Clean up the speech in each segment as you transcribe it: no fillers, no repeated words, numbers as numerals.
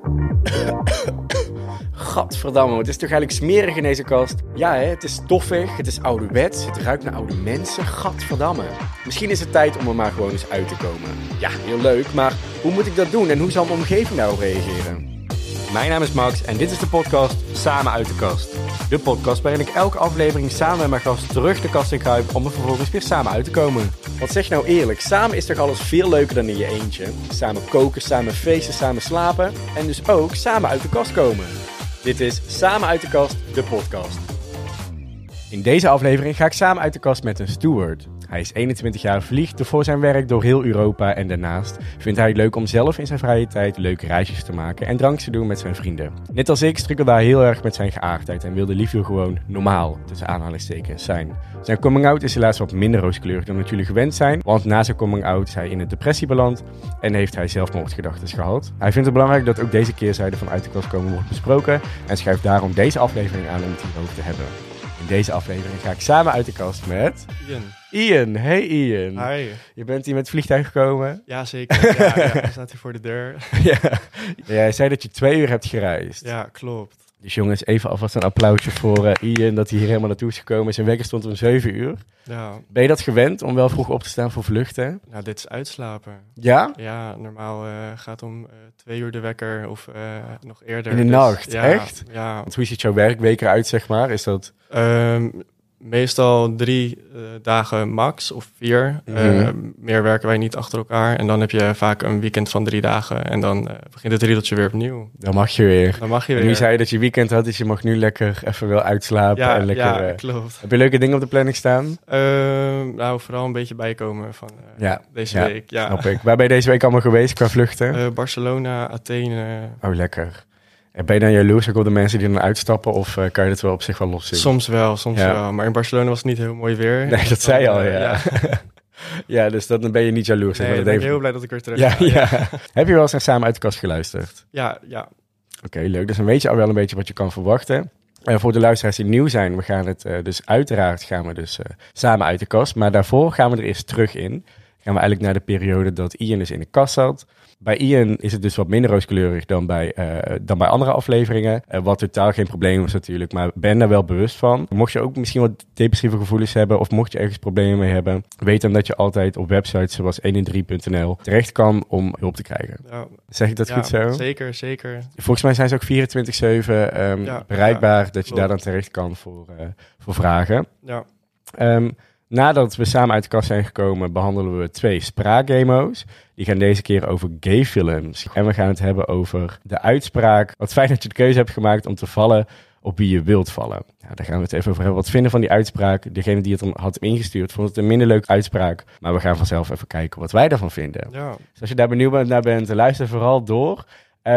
Gadverdamme, het is toch eigenlijk smerig in deze kast? Ja, hè, het is stoffig, het is ouderwets, het ruikt naar oude mensen. Gadverdamme. Misschien is het tijd om er maar gewoon eens uit te komen. Ja, heel leuk, maar hoe moet ik dat doen en hoe zal mijn omgeving daarop reageren? Mijn naam is Max en dit is de podcast Samen uit de Kast. De podcast waarin ik elke aflevering samen met mijn gast terug de kast in kruip om er vervolgens weer samen uit te komen. Want zeg nou eerlijk, samen is toch alles veel leuker dan in je eentje? Samen koken, samen feesten, samen slapen en dus ook samen uit de kast komen. Dit is Samen uit de Kast, de podcast. In deze aflevering ga ik samen uit de kast met een steward. Hij is 21 jaar, vliegt voor zijn werk door heel Europa en daarnaast vindt hij het leuk om zelf in zijn vrije tijd leuke reisjes te maken en drankjes te doen met zijn vrienden. Net als ik struggelde hij heel erg met zijn geaardheid en wilde liever gewoon normaal, tussen aanhalingstekens, zijn. Zijn coming-out is helaas wat minder rooskleurig dan wat jullie gewend zijn, want na zijn coming-out is hij in een depressie beland en heeft hij zelfmoordgedachten gehad. Hij vindt het belangrijk dat ook deze keerzijde van uit de kast komen wordt besproken en schrijft daarom deze aflevering aan om het hierover te hebben. In deze aflevering ga ik samen uit de kast met... Ian, hey Ian. Hi. Je bent hier met het vliegtuig gekomen? Ja, zeker. Ja, hij staat hier voor de deur. Ja. Jij zei dat je 2 uur hebt gereisd. Ja, klopt. Dus jongens, even alvast een applausje voor Ian dat hij hier helemaal naartoe is gekomen. Zijn wekker stond om 7 uur. Ja. Ben je dat gewend om wel vroeg op te staan voor vluchten? Nou, dit is uitslapen. Ja? Ja, normaal gaat om 2 uur de wekker of nog eerder. In de nacht, ja, echt? Ja. Want hoe ziet jouw werkweek eruit, zeg maar? Is dat... Meestal 3 dagen max of 4. Meer werken wij niet achter elkaar. En dan heb je vaak een weekend van 3 dagen. En dan begint het riedeltje weer opnieuw. Dan mag je weer. En nu zei je dat je weekend had, dus je mag nu lekker even wel uitslapen. Ja, en lekker, ja, klopt. Heb je leuke dingen op de planning staan? Nou, vooral een beetje bijkomen van deze ja, week. Ja, snap ik. Waar ben je deze week allemaal geweest qua vluchten? Barcelona, Athene. Oh, lekker. En ben je dan jaloers ook op de mensen die dan uitstappen? Of kan je dat wel op zich wel loszien? Soms wel. Maar in Barcelona was het niet heel mooi weer. Nee, dat zei je al, ja. Ja, dus dan ben je niet jaloers. Nee, dan ben ik heel blij dat ik weer terug ga. Ja. Heb je wel eens naar Samen uit de Kast geluisterd? Ja. Oké, leuk. Dus dan weet je al wel een beetje wat je kan verwachten. En voor de luisteraars die nieuw zijn, we gaan het gaan we samen uit de kast. Maar daarvoor gaan we er eerst terug in. Gaan we eigenlijk naar de periode dat Ian dus in de kast zat. Bij Ian is het dus wat minder rooskleurig dan bij andere afleveringen. Wat totaal geen probleem is natuurlijk, maar ben daar wel bewust van. Mocht je ook misschien wat depressieve gevoelens hebben of mocht je ergens problemen mee hebben, weet dan dat je altijd op websites zoals 113.nl terecht kan om hulp te krijgen. Ja. Zeg ik dat goed zo? Zeker. Volgens mij zijn ze ook 24/7 bereikbaar, dat je daar dan terecht kan voor vragen. Ja. Nadat we samen uit de kast zijn gekomen, behandelen we 2 spraakdemo's. Die gaan deze keer over gay films. En we gaan het hebben over de uitspraak. Wat fijn dat je de keuze hebt gemaakt om te vallen op wie je wilt vallen. Ja, daar gaan we het even over hebben. Wat vinden van die uitspraak? Degene die het dan had ingestuurd vond het een minder leuke uitspraak. Maar we gaan vanzelf even kijken wat wij daarvan vinden. Ja. Dus als je daar benieuwd naar bent, luister vooral door.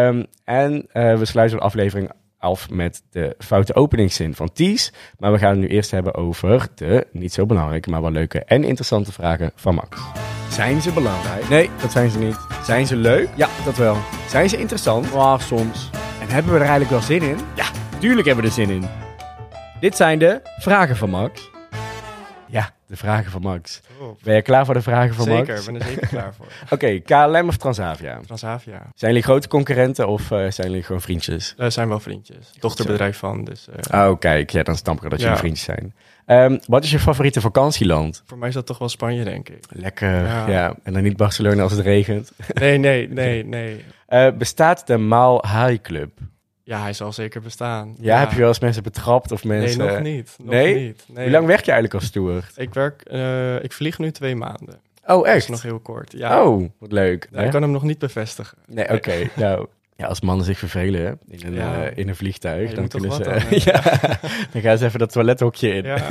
We sluiten de aflevering af met de foute openingszin van Ties. Maar we gaan het nu eerst hebben over de niet zo belangrijke, maar wel leuke en interessante vragen van Max. Zijn ze belangrijk? Nee, dat zijn ze niet. Zijn ze leuk? Ja, dat wel. Zijn ze interessant? Soms. En hebben we er eigenlijk wel zin in? Ja, tuurlijk hebben we er zin in. Dit zijn de vragen van Max. Ja, de vragen van Max. Top. Ben je klaar voor de vragen van Max? Zeker, ik ben er zeker klaar voor. Oké, KLM of Transavia? Transavia. Zijn jullie grote concurrenten of zijn jullie gewoon vriendjes? Zijn wel vriendjes. Dochterbedrijf van, dus... Kijk, ja, dan snap ik dat jullie vriendjes zijn. Wat is je favoriete vakantieland? Voor mij is dat toch wel Spanje, denk ik. Lekker, ja. En dan niet Barcelona als het regent. Nee. Bestaat de Maal High Club? Ja, hij zal zeker bestaan. Ja, heb je wel eens mensen betrapt of mensen... Nee, nog niet. Nee? Hoe lang werk je eigenlijk als steward? Ik vlieg nu 2 maanden. Oh, echt? Dat is nog heel kort. Ja. Oh, wat leuk. Ik kan hem nog niet bevestigen. Nee, oké. Nou, ja, als mannen zich vervelen in een vliegtuig, dan kunnen ze... Dan gaan ze even dat toilethokje in. Ja.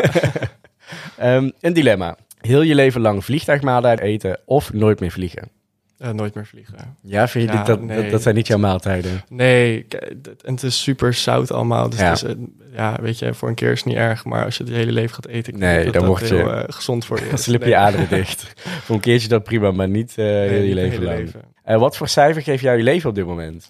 Een dilemma. Heel je leven lang vliegtuigmaaltijd eten of nooit meer vliegen? Nooit meer vliegen. Ja, vind je dat zijn niet jouw maaltijden? Nee, en het is super zout allemaal. Dus het is, weet je, voor een keer is het niet erg. Maar als je het hele leven gaat eten, dan word je heel gezond voor je. Dan slip je aderen dicht. Voor een keertje dat prima, maar niet heel je leven lang. Wat voor cijfer geeft jou je leven op dit moment?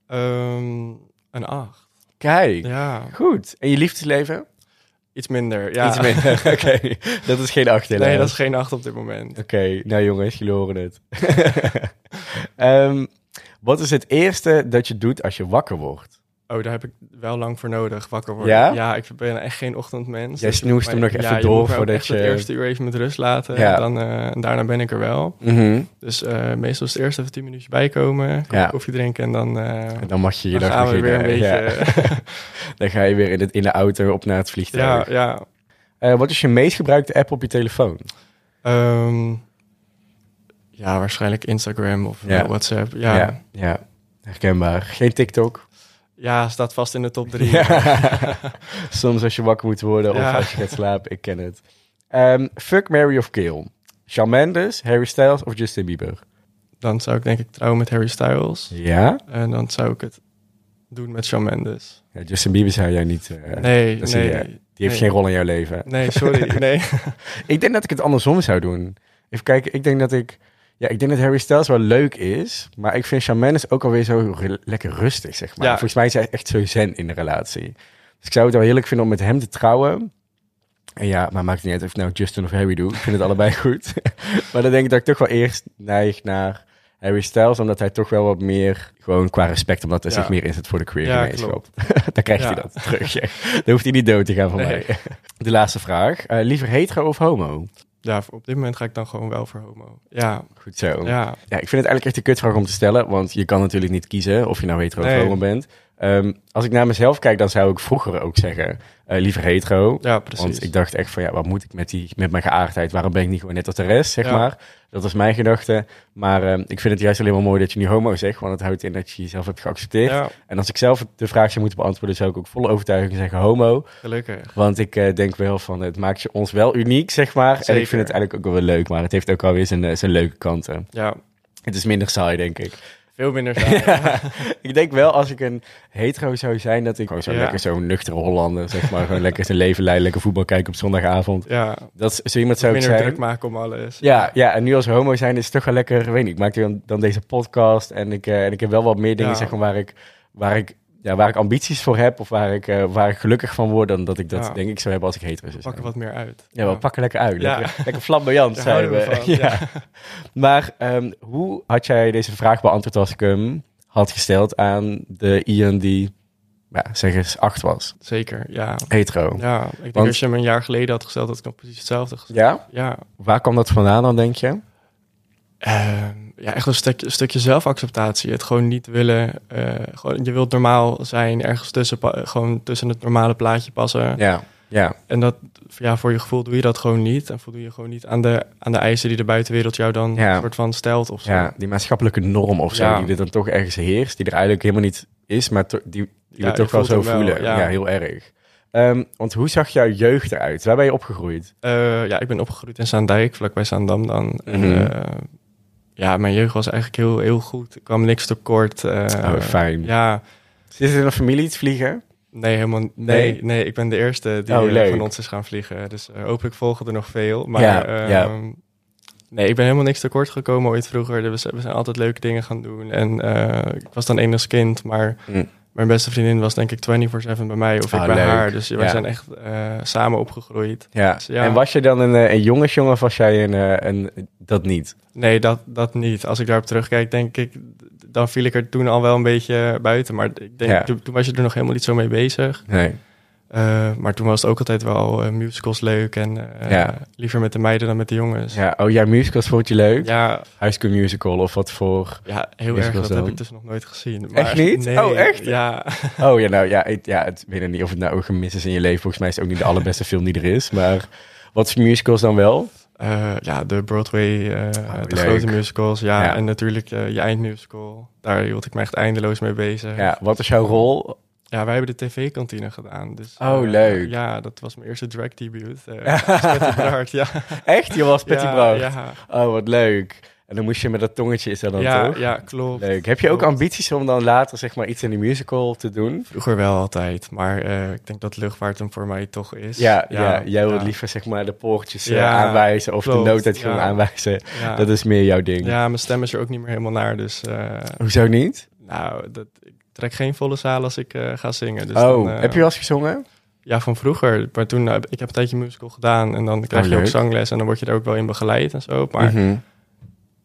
Een 8. Kijk, goed. En je liefdesleven? Iets minder, ja. Iets minder, oké. Dat is geen 8 helaas. Nee, dat is geen 8 op dit moment. Oké, nou jongens, jullie horen het. Wat is het eerste dat je doet als je wakker wordt? Oh, daar heb ik wel lang voor nodig, wakker worden. Ja? Ja, ik ben echt geen ochtendmens. Jij snoest hem nog even je door moet me ook voordat echt je... het eerste uur even met rust laten. Ja. En daarna ben ik er wel. Mhm. Dus meestal is het eerst even 10 minuutjes bijkomen, koffie drinken en dan... En dan mag je je dan dag gaan we beginnen. weer een beetje... Dan ga je weer in de auto op naar het vliegtuig. ja. Wat is je meest gebruikte app op je telefoon? Ja, waarschijnlijk Instagram of WhatsApp. Ja, herkenbaar. Geen TikTok? Ja, staat vast in de top 3. Ja. Soms als je wakker moet worden of als je gaat slapen. Ik ken het. Fuck, marry of kill? Shawn Mendes, Harry Styles of Justin Bieber? Dan zou ik denk ik trouwen met Harry Styles. Ja? En dan zou ik het doen met Shawn Mendes. Ja, Justin Bieber zou jij niet... Nee. Die heeft geen rol in jouw leven. Nee, sorry. Nee. Ik denk dat ik het andersom zou doen. Even kijken, ik denk dat Harry Styles wel leuk is, maar ik vind Shawn Mendes ook alweer zo lekker rustig, zeg maar. Ja. Volgens mij is hij echt zo zen in de relatie. Dus ik zou het wel heerlijk vinden om met hem te trouwen. En ja, maar maakt het niet uit of ik nou Justin of Harry doe. Ik vind het allebei goed. Maar dan denk ik dat ik toch wel eerst neig naar Harry Styles, omdat hij toch wel wat meer, gewoon qua respect, omdat hij zich meer inzet voor de queer-gemeenschap. Dan krijgt hij dat terug. Ja. Dan hoeft hij niet dood te gaan van mij. De laatste vraag. Liever hetero of homo? Ja, op dit moment ga ik dan gewoon wel voor homo. Ja. Goed zo. Ja, ik vind het eigenlijk echt een kutvraag om te stellen, want je kan natuurlijk niet kiezen of je nou hetero of homo bent. Als ik naar mezelf kijk, dan zou ik vroeger ook zeggen, liever hetero. Ja, precies. Want ik dacht echt van, wat moet ik met mijn geaardheid? Waarom ben ik niet gewoon net als de rest, zeg maar? Dat was mijn gedachte. Maar ik vind het juist alleen maar mooi dat je nu homo zegt, want het houdt in dat je jezelf hebt geaccepteerd. Ja. En als ik zelf de vraag zou moeten beantwoorden, zou ik ook volle overtuiging zeggen homo. Gelukkig. Want ik denk wel van, het maakt je ons wel uniek, zeg maar. Zeker. En ik vind het eigenlijk ook wel leuk, maar het heeft ook alweer zijn leuke kanten. Ja. Het is minder saai, denk ik. Veel minder saai. Ik denk wel, als ik een hetero zou zijn, dat ik gewoon zo lekker zo'n nuchtere Hollander, zeg maar, gewoon lekker zijn leven leiden, lekker voetbal kijken op zondagavond. Ja. Dat zo iemand zou ik zijn. Minder druk maken om alles. Ja, en nu als homo zijn is het toch wel lekker, weet niet, ik maak dan deze podcast en ik heb wel wat meer dingen, zeg maar, waar ik ambities voor heb of waar ik gelukkig van word, dan dat ik dat denk ik zou hebben als ik hetero zou zijn. Pakken wat meer uit. Ja, we pakken lekker uit. Lekker flamboyant zijn we. Ja. Maar hoe had jij deze vraag beantwoord als ik hem had gesteld aan de Ian die, zeg eens, 8 was? Zeker, ja. Hetero. Ja, ik denk als je hem een jaar geleden had gesteld, had ik nog precies hetzelfde gezegd. Ja? Ja. Waar kwam dat vandaan dan, denk je? Echt een stukje zelfacceptatie. Het gewoon niet willen... je wilt normaal zijn, ergens gewoon tussen het normale plaatje passen. Ja. En dat, voor je gevoel doe je dat gewoon niet. En voldoe je gewoon niet aan de eisen die de buitenwereld jou dan soort van stelt of zo. Ja, die maatschappelijke norm of zo, die er dan toch ergens heerst. Die er eigenlijk helemaal niet is, maar die we toch wel zo voelen. Ja, heel erg. Want hoe zag jouw jeugd eruit? Waar ben je opgegroeid? Ik ben opgegroeid in Zaandijk, vlakbij Zaandam dan. Mijn jeugd was eigenlijk heel, heel goed. Ik kwam niks tekort. Fijn. Ja. Is er een familie iets vliegen? Nee, helemaal nee. Ik ben de eerste die van ons is gaan vliegen. Dus hopelijk volgen er nog veel. Maar nee, ik ben helemaal niks tekort gekomen ooit vroeger. We zijn altijd leuke dingen gaan doen. En ik was dan enig kind, maar mijn beste vriendin was denk ik 24/7 bij mij of ik bij haar. Dus wij zijn echt samen opgegroeid. Ja. Dus, En was je dan een jongensjongen of was jij een dat niet? Nee, dat niet. Als ik daarop terugkijk, denk ik, dan viel ik er toen al wel een beetje buiten. Maar ik denk, toen was je er nog helemaal niet zo mee bezig. Nee. Maar toen was het ook altijd wel musicals leuk en liever met de meiden dan met de jongens. Ja, musicals vond je leuk? Ja. High School Musical of wat voor? Ja, heel erg. Dat heb ik dus nog nooit gezien. Maar echt niet? Nee, oh, echt? Ja. Oh, ja, nou ja, ik weet niet of het nou ook een mis is in je leven. Volgens mij is het ook niet de allerbeste film die er is. Maar wat voor musicals dan wel? De Broadway, de grote musicals. Ja, en natuurlijk je eindmusical. Daar hield ik me echt eindeloos mee bezig. Ja, wat is jouw rol? Ja, wij hebben de tv-kantine gedaan. Dus, leuk. Ja, dat was mijn eerste drag debuut. Petty Braart, ja. Echt? Je was Petty Braart? Ja. Oh, wat leuk. En dan moest je met dat tongetje, is dat dan toch? Ja, klopt. Leuk. Heb je ook ambities om dan later zeg maar iets in de musical te doen? Vroeger wel altijd, maar ik denk dat luchtvaart hem voor mij toch is. Ja, jij wilt liever zeg maar de poortjes aanwijzen of de nooduitgang aanwijzen. Ja. Dat is meer jouw ding. Ja, mijn stem is er ook niet meer helemaal naar, dus... Hoezo niet? Nou, ik trek geen volle zaal als ik ga zingen. Dus heb je wel eens gezongen? Ja, van vroeger. Maar toen, ik heb een tijdje musical gedaan en dan krijg je ook zangles en dan word je er ook wel in begeleid en zo. Maar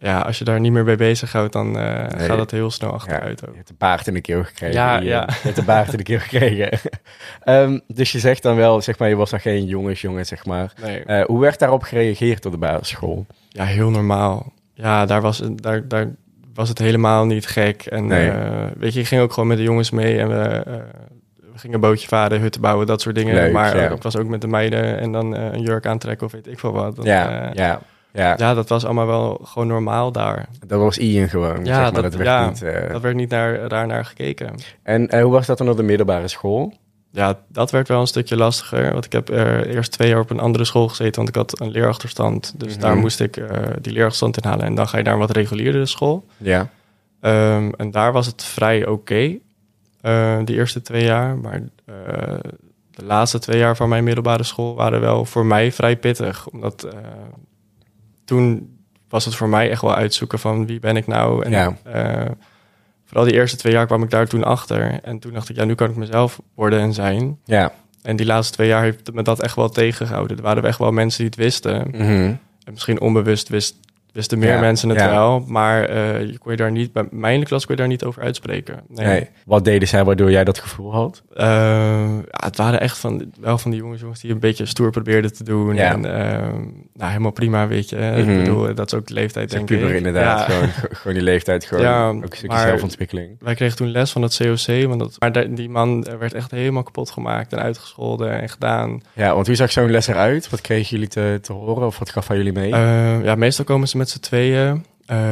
als je daar niet meer mee bezighoudt, dan gaat het heel snel achteruit. Je hebt een paard in de keel gekregen. Ja. Je hebt een paard in de keel gekregen. Dus je zegt dan wel, zeg maar, je was dan geen jongensjongen, zeg maar. Nee. Hoe werd daarop gereageerd op de basisschool? Ja, heel normaal. Ja, daar was het helemaal niet gek. En weet je, ik ging ook gewoon met de jongens mee en we gingen een bootje varen, hutten bouwen, dat soort dingen. Leuk, maar ik was ook met de meiden en dan een jurk aantrekken of weet ik veel wat. Ja, dat was allemaal wel gewoon normaal daar. Dat was Ian gewoon, ja, zeg maar. Dat werd niet daar naar gekeken. En hoe was dat dan op de middelbare school? Ja, dat werd wel een stukje lastiger. Want ik heb eerst 2 jaar op een andere school gezeten, want ik had een leerachterstand. Dus daar moest ik die leerachterstand inhalen. En dan ga je naar een wat regulierdere school. Ja. En daar was het vrij oké, die eerste 2 jaar. Maar de laatste 2 jaar van mijn middelbare school waren wel voor mij vrij pittig. Omdat toen was het voor mij echt wel uitzoeken van wie ben ik nou. En vooral die eerste 2 jaar kwam ik daar toen achter. En toen dacht ik, nu kan ik mezelf worden en zijn. Ja. En die laatste 2 jaar heeft me dat echt wel tegengehouden. Er waren echt wel mensen die het wisten. Mm-hmm. En misschien onbewust wisten meer mensen het wel. Maar kon je daar niet, bij mij in de klas kon je daar niet over uitspreken. Nee. Wat deden zij waardoor jij dat gevoel had? Het waren echt van die jongens die een beetje stoer probeerden te doen. Ja. En helemaal prima, weet je. Mm-hmm. Ik bedoel, dat is ook de leeftijd, denk ik. Puber, inderdaad. Gewoon die leeftijd. Ook een stukje zelfontwikkeling. Wij kregen toen les van het COC. Maar die man werd echt helemaal kapot gemaakt en uitgescholden en gedaan. Ja, want hoe zag zo'n les eruit? Wat kregen jullie te horen of wat gaf hij jullie mee? Meestal komen ze met z'n tweeën.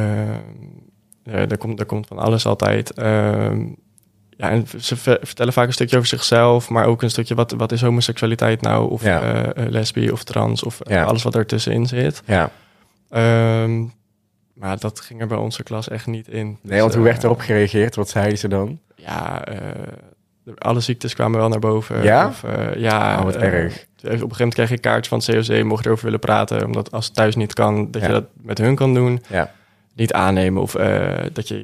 Er komt van alles altijd. En ze vertellen vaak een stukje over zichzelf, maar ook een stukje wat is homoseksualiteit nou, of lesbi of trans, of alles wat ertussenin zit. Ja. Maar dat ging er bij onze klas echt niet in. Nee, want hoe werd erop gereageerd? Wat zeiden ze dan? Ja, alle ziektes kwamen wel naar boven. Ja? Of, wat erg. Op een gegeven moment kreeg je een kaartje van het COC, mocht je erover willen praten, omdat als het thuis niet kan, dat je dat met hun kan doen. Ja. Niet aannemen of dat je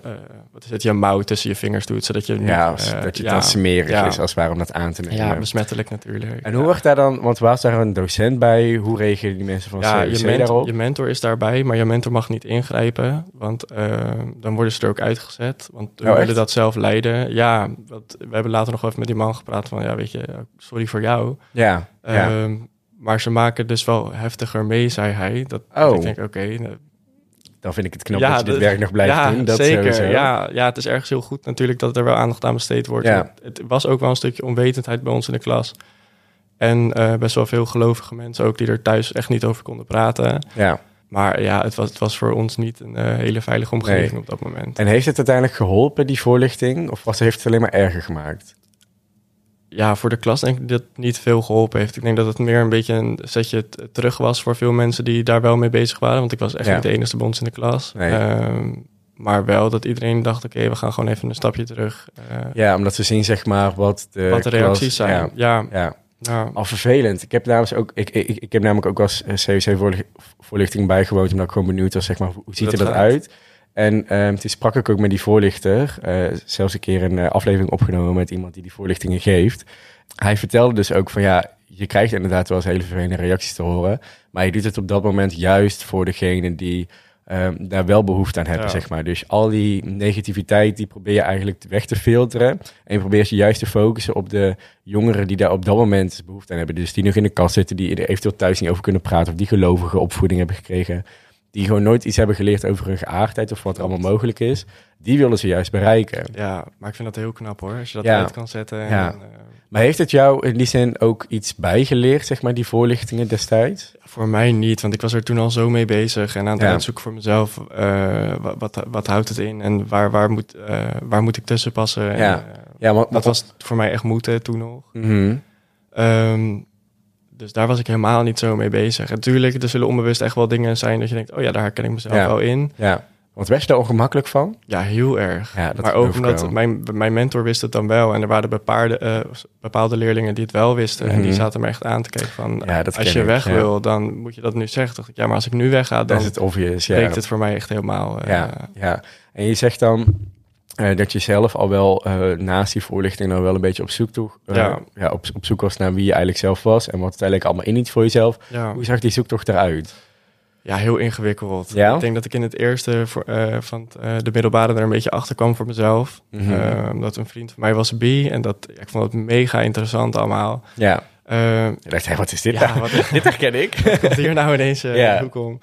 je mouw tussen je vingers doet, zodat je dat je dan smerig is als het ware om dat aan te nemen. Ja, besmettelijk natuurlijk. En hoe werd daar dan, want was daar een docent bij? Hoe reageerden die mensen van COC daarop? Je mentor is daarbij, maar je mentor mag niet ingrijpen, want dan worden ze er ook uitgezet, want we willen dat zelf leiden. Ja, we hebben later nog even met die man gepraat van, weet je, sorry voor jou. Ja. Maar ze maken dus wel heftiger mee, zei hij. Ik denk, oké, dan vind ik het knap dat je dit werk nog blijft doen. Dat zeker. Ja, het is ergens heel goed natuurlijk dat er wel aandacht aan besteed wordt. Ja. Het was ook wel een stukje onwetendheid bij ons in de klas. En best wel veel gelovige mensen ook die er thuis echt niet over konden praten. Ja. Maar het was voor ons niet een hele veilige omgeving op dat moment. En heeft het uiteindelijk geholpen, die voorlichting? Of heeft het alleen maar erger gemaakt? Ja, voor de klas denk ik dat het niet veel geholpen heeft. Ik denk dat het meer een beetje een zetje terug was voor veel mensen die daar wel mee bezig waren. Want ik was echt niet de enige bij ons in de klas. Nee. Maar wel dat iedereen dacht, oké, we gaan gewoon even een stapje terug. Omdat ze zien, zeg maar, wat de reacties zijn. Ja. Al vervelend. Ik heb namelijk ook als COC-voorlichting bijgewoond, omdat ik gewoon benieuwd was, zeg maar, hoe ziet er dat uit? En toen sprak ik ook met die voorlichter. Zelfs een keer een aflevering opgenomen met iemand die voorlichtingen geeft. Hij vertelde dus ook van je krijgt inderdaad wel eens hele vervelende reacties te horen. Maar je doet het op dat moment juist voor degene die daar wel behoefte aan hebben, zeg maar. Dus al die negativiteit, die probeer je eigenlijk weg te filteren. En je probeert je juist te focussen op de jongeren die daar op dat moment behoefte aan hebben. Dus die nog in de kast zitten, die er eventueel thuis niet over kunnen praten, of die gelovige opvoeding hebben gekregen, die gewoon nooit iets hebben geleerd over hun geaardheid of wat er allemaal mogelijk is. Die willen ze juist bereiken. Ja, maar ik vind dat heel knap hoor, als je dat uit kan zetten. Ja. Maar heeft het jou in die zin ook iets bijgeleerd, zeg maar, die voorlichtingen destijds? Voor mij niet, want ik was er toen al zo mee bezig en aan het uitzoeken voor mezelf. Wat houdt het in en waar moet ik tussen passen? Maar dat was voor mij echt moeten toen nog. Mm-hmm. Dus daar was ik helemaal niet zo mee bezig. En natuurlijk, er zullen onbewust echt wel dingen zijn dat je denkt, daar herken ik mezelf wel in. Ja. Want werd je daar ongemakkelijk van? Ja, heel erg. Ja, maar ook omdat mijn mentor wist het dan wel. En er waren bepaalde leerlingen die het wel wisten. Mm-hmm. En die zaten me echt aan te kijken van, als je weg wil, dan moet je dat nu zeggen. Dacht ik, maar als ik nu wegga, dan is het obvious, breekt het voor mij echt helemaal. En je zegt dan dat je zelf al wel naast die voorlichting nou wel een beetje op zoek was naar wie je eigenlijk zelf was. En wat het eigenlijk allemaal in iets voor jezelf. Ja. Hoe zag die zoektocht eruit? Ja, heel ingewikkeld. Ja? Ik denk dat ik in het eerste van de middelbare er een beetje achter kwam voor mezelf. Omdat een vriend van mij was bi en ik vond het mega interessant allemaal. Ja. Je dacht, wat is dit nou? Dit herken ik. Wat komt hier nou ineens de hoek om?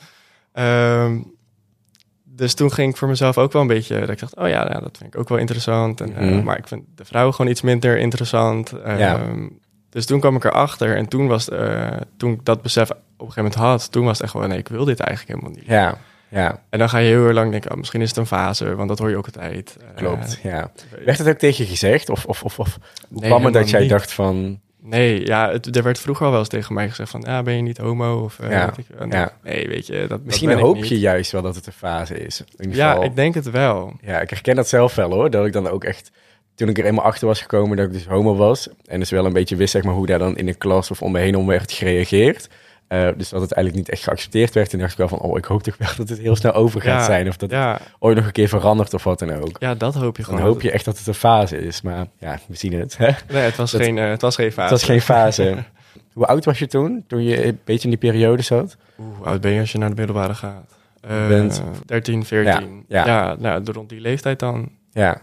Dus toen ging ik voor mezelf ook wel een beetje... dat ik dacht, dat vind ik ook wel interessant. En, maar ik vind de vrouwen gewoon iets minder interessant. Dus toen kwam ik erachter. En toen ik dat besef op een gegeven moment had... toen was het echt wel, nee, ik wil dit eigenlijk helemaal niet. Ja. En dan ga je heel erg lang denken... misschien is het een fase, want dat hoor je ook altijd. Klopt, ja. Werd het ook tegen je gezegd? Of hoe kwam het dat jij dacht van... Nee, er werd vroeger al wel eens tegen mij gezegd van... ben je niet homo? Of, Nee, weet je, misschien dat hoop je juist wel dat het een fase is. In ieder geval. Ik denk het wel. Ja, ik herken dat zelf wel hoor. Dat ik dan ook echt... Toen ik er eenmaal achter was gekomen dat ik dus homo was... en dus wel een beetje wist zeg maar, hoe daar dan in de klas of om me heen werd gereageerd... dus dat het eigenlijk niet echt geaccepteerd werd. En dacht ik wel van, ik hoop toch wel dat het heel snel over gaat zijn. Of dat het ooit nog een keer verandert of wat dan ook. Ja, dat hoop je gewoon. Dan hoop je echt dat het een fase is. Maar ja, we zien het. Hè? Nee, het was geen fase. Het was geen fase. Hoe oud was je toen je een beetje in die periode zat? Hoe oud ben je als je naar de middelbare gaat? 13, 14. Ja, rond die leeftijd dan. Ja.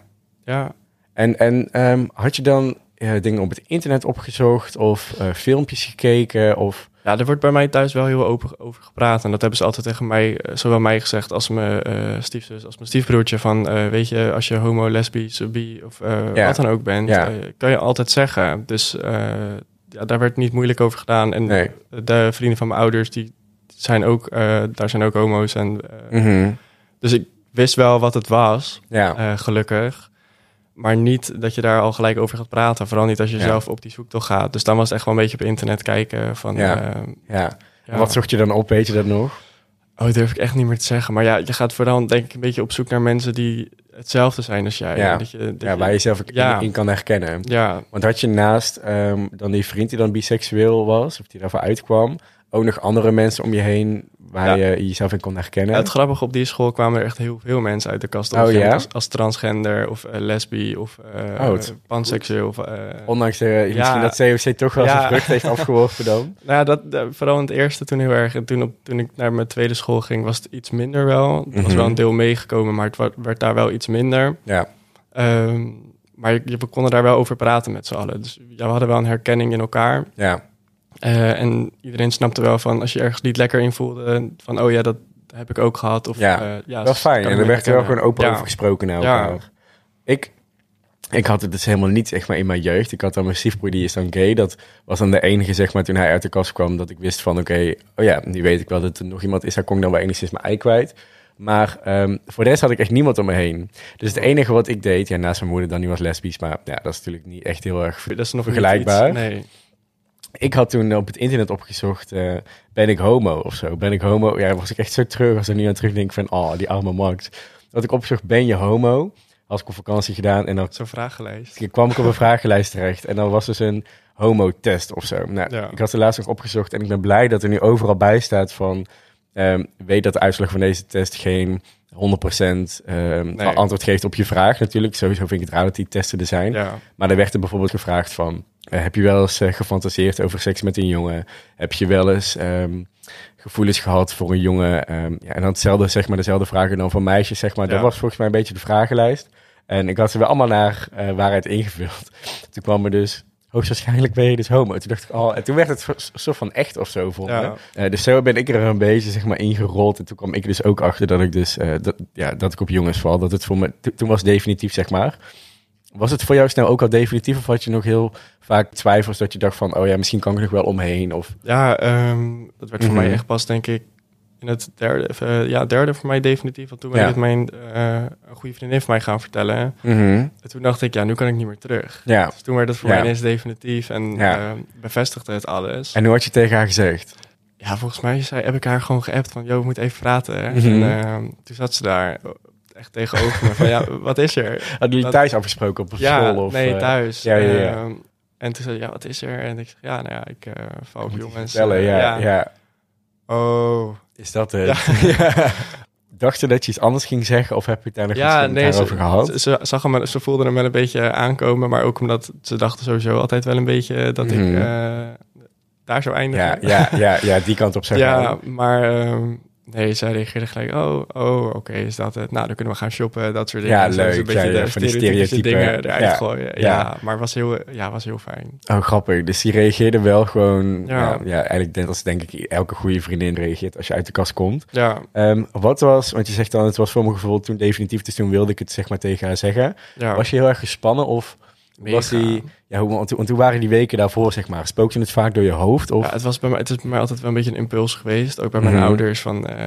En had je dan dingen op het internet opgezocht of filmpjes gekeken of... Ja, er wordt bij mij thuis wel heel open over gepraat. En dat hebben ze altijd tegen mij, zowel mij gezegd als mijn stiefzus, als mijn stiefbroertje. Van, weet je, als je homo, lesbisch, bi of wat dan ook bent, kan je altijd zeggen. Dus daar werd niet moeilijk over gedaan. En de vrienden van mijn ouders, die zijn ook, daar zijn ook homo's. En, Dus ik wist wel wat het was, gelukkig. Maar niet dat je daar al gelijk over gaat praten. Vooral niet als je zelf op die zoektocht gaat. Dus dan was het echt wel een beetje op internet kijken. Van, En wat zocht je dan op, weet je dat nog? Oh, dat durf ik echt niet meer te zeggen. Maar je gaat vooral denk ik een beetje op zoek naar mensen die hetzelfde zijn als jij. Ja, waar je jezelf in kan herkennen. Ja. Want had je naast dan die vriend die dan biseksueel was... of die daarvoor uitkwam... ook nog andere mensen om je heen... waar je jezelf in kon herkennen? Het grappige, op die school kwamen er echt heel veel mensen uit de kast. Als transgender of lesbi of panseksueel. Of, ondanks misschien dat COC toch wel zijn vrucht heeft afgeworpen dan? Nou ja, vooral in het eerste toen heel erg. En toen ik naar mijn tweede school ging, was het iets minder wel. Er was wel een deel meegekomen, maar het werd daar wel iets minder. Ja. Maar we konden daar wel over praten met z'n allen. Dus we hadden wel een herkenning in elkaar. Ja. En iedereen snapte wel van, als je ergens niet lekker in voelde... van, dat heb ik ook gehad. Of, wel fijn. En er werd er wel gewoon open over gesproken naar elkaar. Ik had het dus helemaal niet, zeg maar, in mijn jeugd. Ik had dan mijn stiefbroer, die is dan gay. Dat was dan de enige, zeg maar, toen hij uit de kast kwam... dat ik wist van, nu weet ik wel dat er nog iemand is... daar kon ik dan wel enigszins mijn ei kwijt. Maar voor de rest had ik echt niemand om me heen. Dus het enige wat ik deed, naast mijn moeder dan, die was lesbisch... maar dat is natuurlijk niet echt heel erg vergelijkbaar. Nee. Ik had toen op het internet opgezocht, ben ik homo of zo? Ben ik homo? Ja, was ik echt zo treurig als ik nu aan terugdenk van, die arme Max. Dat ik opgezocht, ben je homo? Had ik op vakantie gedaan en dan... Zo'n vragenlijst. Kwam ik op een vragenlijst terecht en dan was dus een homo-test of zo. Ik had er laatst nog opgezocht en ik ben blij dat er nu overal bij staat van... weet dat de uitslag van deze test geen 100% antwoord geeft op je vraag natuurlijk. Sowieso vind ik het raar dat die testen er zijn. Ja. Maar er werd er bijvoorbeeld gevraagd van... heb je wel eens gefantaseerd over seks met een jongen? Heb je wel eens gevoelens gehad voor een jongen? En dan hetzelfde, zeg maar, dezelfde vragen dan voor meisjes, zeg maar. Dat was volgens mij een beetje de vragenlijst. En ik had ze wel allemaal naar waarheid ingevuld. Toen kwam er dus... hoogstwaarschijnlijk ben je dus homo. Toen dacht ik, en toen werd het een soort van echt of zo voor me. Dus zo ben ik er een beetje, zeg maar, ingerold. En toen kwam ik dus ook achter dat ik dus, dat ik op jongens val. Dat het voor me, toen was het definitief, zeg maar. Was het voor jou snel ook al definitief? Of had je nog heel vaak twijfels dat je dacht van, misschien kan ik er nog wel omheen? Of... Ja, dat werd voor mij echt pas, denk ik, in het derde voor mij definitief. Want toen ben ik het mijn een goede vriendin van mij gaan vertellen. En toen dacht ik, nu kan ik niet meer terug. Ja. Dus toen werd het voor mij ineens definitief en bevestigde het alles. En hoe had je tegen haar gezegd? Ja, volgens mij heb ik haar gewoon geappt van, we moeten even praten. En toen zat ze daar echt tegenover me van, wat is er? Hadden jullie thuis afgesproken op school? Of, nee, thuis. En toen zei ze, wat is er? En ik zeg, ik val op jongens. Ja. Oh... Is dat het? Ja. Dacht je dat je iets anders ging zeggen? Of heb je het daar nog iets over gehad? Ze voelden hem wel een beetje aankomen. Maar ook omdat ze dachten sowieso altijd wel een beetje dat ik daar zou eindigen. Ja, die kant op zeg maar. Ja, maar Nee, zij reageerde gelijk, oké, is dat het? Nou, dan kunnen we gaan shoppen, dat soort dingen. Ja, leuk. Een beetje van die stereotype dingen eruit gooien. Ja, maar het was heel fijn. Oh, grappig. Dus die reageerde wel gewoon... Ja, eigenlijk net als denk ik elke goede vriendin reageert als je uit de kast komt. Ja. Wat was, want je zegt dan, het was voor mijn gevoel toen definitief, dus toen wilde ik het zeg maar tegen haar zeggen. Ja. Was je heel erg gespannen of... Was die, want hoe waren die weken daarvoor, zeg maar? Spookte het vaak door je hoofd? Of? Ja, het is bij mij altijd wel een beetje een impuls geweest. Ook bij mijn ouders.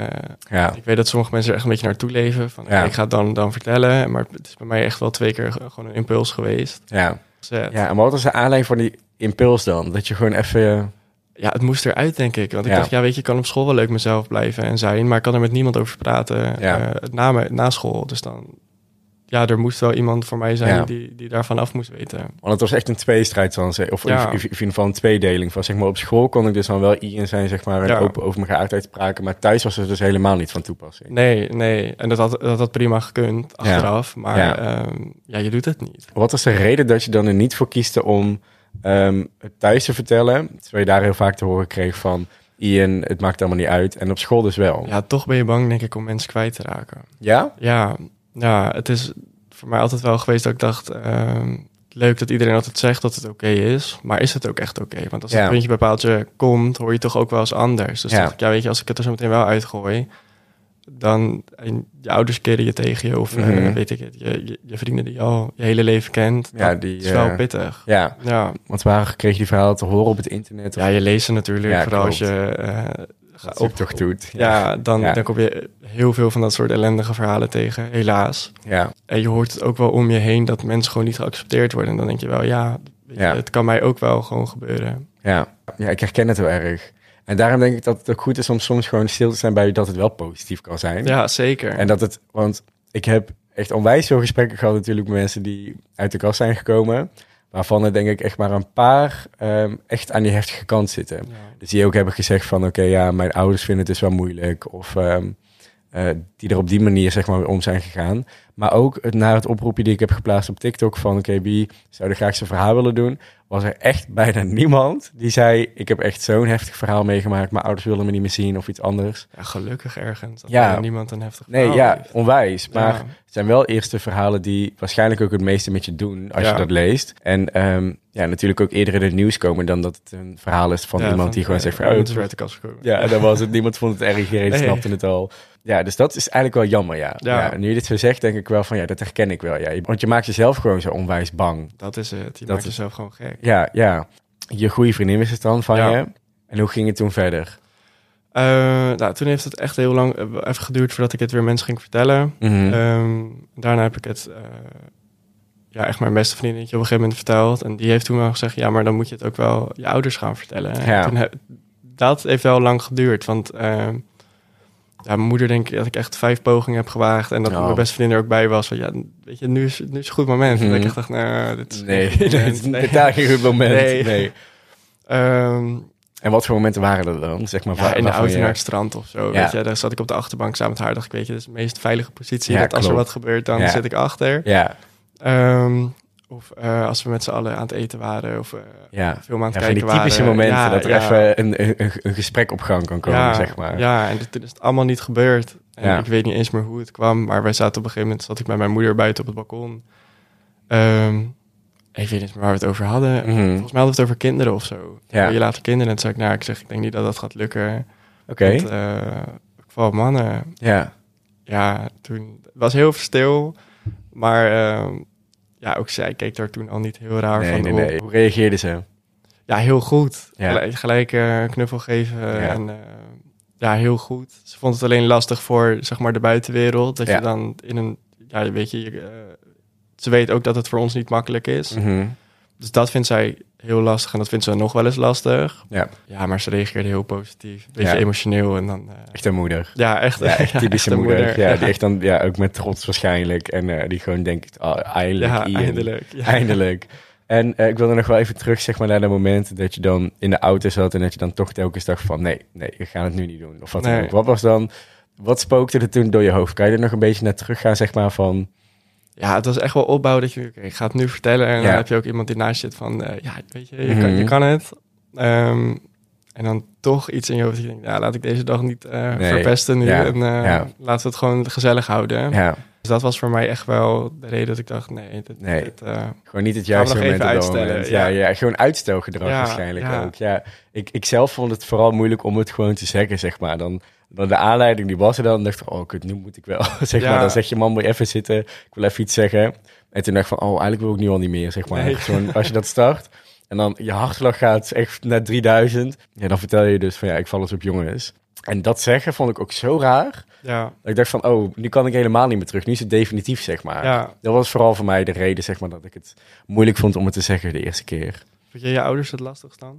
Ik weet dat sommige mensen er echt een beetje naartoe leven. Van, ik ga het dan vertellen. Maar het is bij mij echt wel 2 keer gewoon een impuls geweest. Ja, en wat was de aanleiding voor die impuls dan? Dat je gewoon even... Ja, het moest eruit, denk ik. Want ik dacht, weet je, ik kan op school wel leuk mezelf blijven en zijn. Maar ik kan er met niemand over praten na school. Dus dan... Ja, er moest wel iemand voor mij zijn die daarvan af moest weten. Want het was echt een tweestrijd, of in ieder geval een tweedeling. Van, zeg maar, op school kon ik dus dan wel Ian zijn, zeg maar, en open over mijn geaardheid praten. Maar thuis was het dus helemaal niet van toepassing. Nee. En dat had prima gekund achteraf. Maar je doet het niet. Wat was de reden dat je dan er niet voor kieste om het thuis te vertellen? Terwijl je daar heel vaak te horen kreeg van... Ian, het maakt allemaal niet uit. En op school dus wel. Ja, toch ben je bang, denk ik, om mensen kwijt te raken. Ja? Ja, het is voor mij altijd wel geweest dat ik dacht... leuk dat iedereen altijd zegt dat het oké is. Maar is het ook echt oké? Want als het puntje bij paaltje komt, hoor je toch ook wel eens anders. Dus dacht ik, weet je, als ik het er zo meteen wel uitgooi... dan je ouders keren je tegen je. Of weet ik het, je vrienden die je al je hele leven kent. Ja, die is wel pittig. Ja, want waar kreeg je die verhalen te horen op het internet? Ja, je leest ze natuurlijk. Vooral als je... optocht doet. Dan kom je heel veel van dat soort ellendige verhalen tegen, helaas. Ja. En je hoort het ook wel om je heen dat mensen gewoon niet geaccepteerd worden. En dan denk je wel, weet je, het kan mij ook wel gewoon gebeuren. Ja, ik herken het heel erg. En daarom denk ik dat het ook goed is om soms gewoon stil te zijn bij dat het wel positief kan zijn. Ja, zeker. En want ik heb echt onwijs veel gesprekken gehad natuurlijk met mensen die uit de kast zijn gekomen. Waarvan er denk ik echt maar een paar echt aan die heftige kant zitten. Ja. Dus die ook hebben gezegd van mijn ouders vinden het dus wel moeilijk. Of die er op die manier zeg maar om zijn gegaan. Maar ook naar het oproepje die ik heb geplaatst op TikTok van wie zou er graag zijn verhaal willen doen. Was er echt bijna niemand die zei, ik heb echt zo'n heftig verhaal meegemaakt. Mijn ouders wilden me niet meer zien of iets anders. Ja, gelukkig ergens. Dat niemand een heftig verhaal heeft. Onwijs. Maar het zijn wel eerste verhalen die waarschijnlijk ook het meeste met je doen als je dat leest. En natuurlijk ook eerder in het nieuws komen dan dat het een verhaal is van iemand die gewoon zegt van... het is uit de kast gekomen. Ja, en dan was het. Niemand vond het erg, iedereen snapte het al. Ja, dus dat is eigenlijk wel jammer, ja. Nu je dit zo zegt, denk ik wel van, dat herken ik wel, Want je maakt jezelf gewoon zo onwijs bang. Dat is het. Je maakt jezelf gewoon gek. Ja. Je goede vriendin wist het dan van je. En hoe ging het toen verder? Toen heeft het echt heel lang even geduurd voordat ik het weer mensen ging vertellen. Daarna heb ik het echt mijn beste vriendinnetje op een gegeven moment verteld. En die heeft toen wel gezegd, maar dan moet je het ook wel je ouders gaan vertellen. Ja. Dat heeft wel lang geduurd, want... mijn moeder denk ik dat ik echt 5 pogingen heb gewaagd. En dat mijn beste vriendin er ook bij was. Van, weet je, nu is een goed moment. En ik dacht, dit is geen goed moment. Nee. En wat voor momenten waren er dan? Zeg maar, in de auto naar het strand of zo. Weet je, daar zat ik op de achterbank samen met haar. Dacht ik, weet je, dat is de meest veilige positie. Dat als er wat gebeurt, dan zit ik achter. Ja. Of als we met z'n allen aan het eten waren. Of film aan het kijken waren. Die typische momenten dat er even een gesprek op gang kan komen, zeg maar. Ja, en toen is het allemaal niet gebeurd. En ik weet niet eens meer hoe het kwam. Maar wij zaten op een gegeven moment, zat ik met mijn moeder buiten op het balkon. Ik weet niet eens meer waar we het over hadden. Volgens mij hadden we het over kinderen of zo. Ja. Je later kinderen. En toen zei ik, ik denk niet dat dat gaat lukken. Oké. Ik val mannen. Ja. Ja, toen was heel stil. Maar ook zij keek daar toen al niet heel raar van op. Nee. Hoe reageerde ze? Ja, heel goed. Ja. Gelijk een knuffel geven. En heel goed. Ze vond het alleen lastig voor, zeg maar, de buitenwereld. Dat je dan in een... Ja, weet je... ze weet ook dat het voor ons niet makkelijk is. Dus dat vindt zij heel lastig. En dat vindt ze nog wel eens lastig. Ja, maar ze reageerde heel positief. Beetje emotioneel. En dan, echt een moeder. Ja, echt. Ja, echt typische moeder. Ja, die echt dan ook met trots waarschijnlijk. En die gewoon denkt, eindelijk. Ja, eindelijk. Ja. Eindelijk. En ik wilde nog wel even terug, zeg maar, naar dat moment dat je dan in de auto zat en dat je dan toch telkens dacht van, nee, we gaan het nu niet doen. Of wat dan ook. Wat was dan, wat spookte er toen door je hoofd? Kan je er nog een beetje naar terug gaan, zeg maar, van... Ja, het was echt wel opbouw dat je, ik ga het nu vertellen. En dan heb je ook iemand die naast je zit van, weet je, je kan het. En dan toch iets in je hoofd. Dat je denkt, laat ik deze dag niet verpesten nu. En laten we het gewoon gezellig houden. Ja. Dus dat was voor mij echt wel de reden dat ik dacht, gewoon niet het juiste moment even uitstellen. Ja, gewoon uitstelgedrag waarschijnlijk ook. Ja, ik zelf vond het vooral moeilijk om het gewoon te zeggen, zeg maar. Dan de aanleiding die was er dan. Dacht ik, kut, nu moet ik wel. Maar. Dan zeg je, man, moet je even zitten. Ik wil even iets zeggen. En toen dacht ik van, eigenlijk wil ik nu al niet meer, zeg maar. Gewoon, als je dat start en dan je hartslag gaat echt naar 3000. Ja, dan vertel je dus van, ik val eens op jongens. En dat zeggen vond ik ook zo raar. Ja. Dat ik dacht van, nu kan ik helemaal niet meer terug. Nu is het definitief, zeg maar. Ja. Dat was vooral voor mij de reden, zeg maar, dat ik het moeilijk vond om het te zeggen de eerste keer. Vond je ouders het lastigst dan?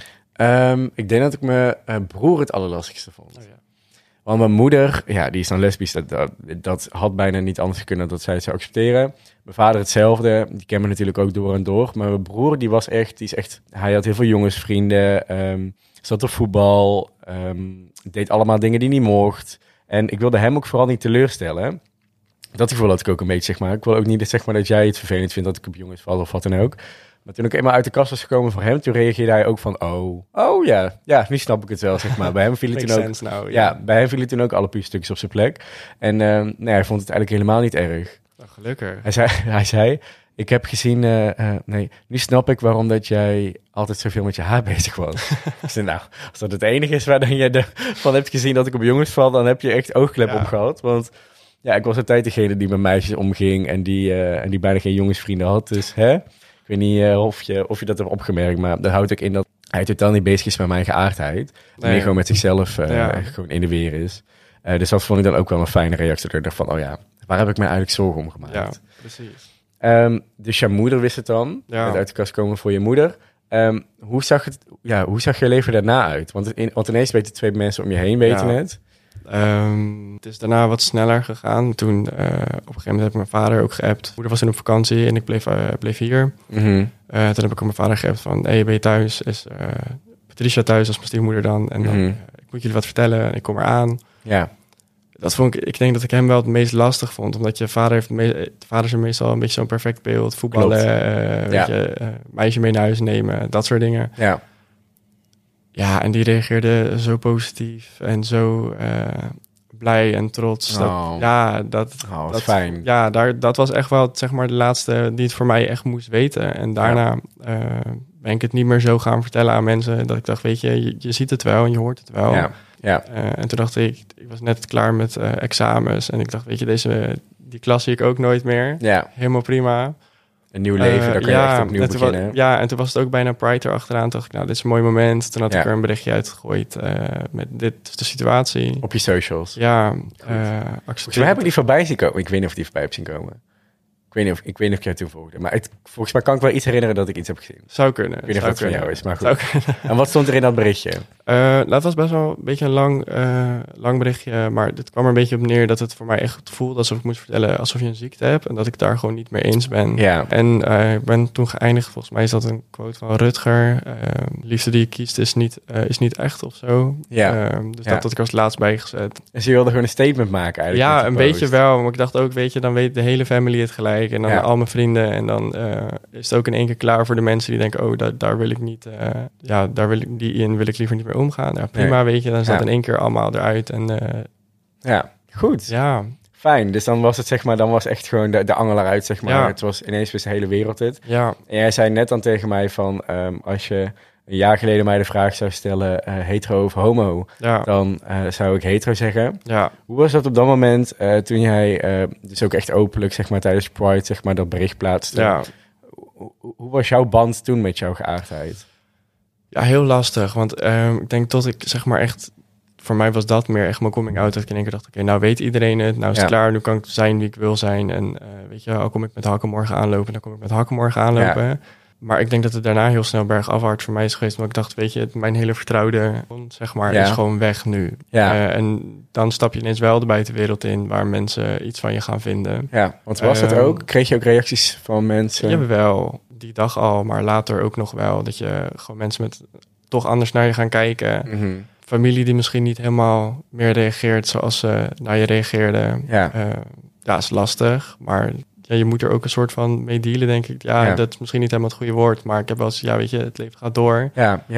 Ik denk dat ik mijn broer het allerlastigste vond. Oh, ja. Want mijn moeder, die is dan lesbisch. Dat had bijna niet anders kunnen dat zij het zou accepteren. Mijn vader hetzelfde. Die ken me natuurlijk ook door en door. Maar mijn broer, hij had heel veel jongensvrienden. Zat op voetbal. Deed allemaal dingen die niet mocht. En ik wilde hem ook vooral niet teleurstellen. Dat gevoel had ik ook een beetje, zeg maar. Ik wil ook niet, zeg maar, dat jij het vervelend vindt dat ik op jongens val of wat dan ook. Maar toen ik eenmaal uit de kast was gekomen voor hem, toen reageerde hij ook van, ja, nu snap ik het wel, zeg maar. Bij hem viel het toen ook, bij hem viel het toen ook alle puzzelstukjes op zijn plek. En hij vond het eigenlijk helemaal niet erg. Oh, gelukkig. Hij zei, ik heb gezien, nu snap ik waarom dat jij altijd zoveel met je haar bezig was. Ik zei, als dat het enige is waar je van hebt gezien dat ik op jongens val, dan heb je echt oogklep opgehad. Want ik was altijd degene die met meisjes omging en die bijna geen jongensvrienden had. Dus ik weet niet of je dat hebt opgemerkt, maar dat houdt ook in dat hij totaal niet bezig is met mijn geaardheid. Meer gewoon met zichzelf gewoon in de weer is. Dus dat vond ik dan ook wel een fijne reactie. Dat ik dacht van, waar heb ik mij eigenlijk zorgen om gemaakt? Ja, precies. Dus jouw moeder wist het dan, het uit de kast komen voor je moeder. Hoe zag je leven daarna uit? Want ineens weten 2 mensen om je heen weten het. Het is daarna wat sneller gegaan. Toen op een gegeven moment heb ik mijn vader ook geappt. Mijn moeder was toen op vakantie en ik bleef hier. Mm-hmm. Toen heb ik op mijn vader geappt van, ben je thuis? Is Patricia thuis als mijn stiefmoeder dan? En dan, ik moet jullie wat vertellen en ik kom eraan. Ja. Dat vond ik denk dat ik hem wel het meest lastig vond. Omdat je vader vaders zijn meestal een beetje zo'n perfect beeld. Voetballen, meisje mee naar huis nemen, dat soort dingen. Ja. Ja, en die reageerde zo positief en zo blij en trots. Dat is fijn. Ja, dat was echt wel, zeg maar, de laatste die het voor mij echt moest weten. En daarna ben ik het niet meer zo gaan vertellen aan mensen. Dat ik dacht, weet je ziet het wel en je hoort het wel. Ja. Ja. En toen dacht ik was net klaar met examens. En ik dacht, weet je, die klas zie ik ook nooit meer. Ja. Helemaal prima. Een nieuw leven, daar kan je echt opnieuw beginnen. En toen was het ook bijna Pride erachteraan. Toen dacht ik, dit is een mooi moment. Toen had ik er een berichtje uitgegooid met dit is de situatie. Op je socials? Ja. Volgens mij heb ik die voorbij zien komen. Ik weet niet of die voorbij heb zien komen. Ik weet niet of jij toen volgde. Maar volgens mij kan ik wel iets herinneren dat ik iets heb gezien. Zou kunnen. Ik weet niet of dat van jou is, maar goed. En wat stond er in dat berichtje? Dat was best wel een beetje een lang berichtje. Maar het kwam er een beetje op neer dat het voor mij echt voelde alsof ik moest vertellen alsof je een ziekte hebt. En dat ik daar gewoon niet mee eens ben. Ja. En ik ben toen geëindigd, volgens mij is dat een quote van Rutger. Liefde die je kiest is niet echt of zo. Ja. Dus dat had ik als laatst bijgezet. Dus je wilde gewoon een statement maken eigenlijk? Ja, een beetje wel. Maar ik dacht ook, weet je, dan weet de hele family het gelijk. En dan al mijn vrienden. En dan is het ook in één keer klaar voor de mensen die denken, daar wil ik niet, wil ik liever niet meer omgaan. Ja, prima, weet je, dan is dat in één keer allemaal eruit. En, ja, goed. Ja. Fijn, dus dan was het, zeg maar, dan was echt gewoon de angel eruit, zeg maar. Ja. Het was ineens de hele wereld het. Ja. En jij zei net dan tegen mij van, als je een jaar geleden mij de vraag zou stellen, hetero of homo, dan zou ik hetero zeggen. Ja. Hoe was dat op dat moment, toen jij dus ook echt openlijk, zeg maar, tijdens Pride, zeg maar, dat bericht plaatste? Ja. Hoe was jouw band toen met jouw geaardheid? Ja, heel lastig, want ik denk tot ik, zeg maar, echt, voor mij was dat meer echt mijn coming out, dat ik in één keer dacht, oké, nou weet iedereen het, nou is het klaar, nu kan ik zijn wie ik wil zijn. En weet je, al kom ik met hakken morgen aanlopen, dan kom ik met hakken morgen aanlopen. Ja. Maar ik denk dat het daarna heel snel bergafwaarts voor mij is geweest. Want ik dacht, weet je, mijn hele vertrouwde, zeg maar, is gewoon weg nu. Ja. En dan stap je ineens wel de buitenwereld in, waar mensen iets van je gaan vinden. Ja, want was het ook? Kreeg je ook reacties van mensen? Jawel, die dag al, maar later ook nog wel. Dat je gewoon mensen met toch anders naar je gaan kijken. Mm-hmm. Familie die misschien niet helemaal meer reageert zoals ze naar je reageerden. Ja, is lastig, maar ja, je moet er ook een soort van mee dealen, denk ik. Ja, dat is misschien niet helemaal het goede woord, maar ik heb wel eens, weet je, het leven gaat door. Ja, het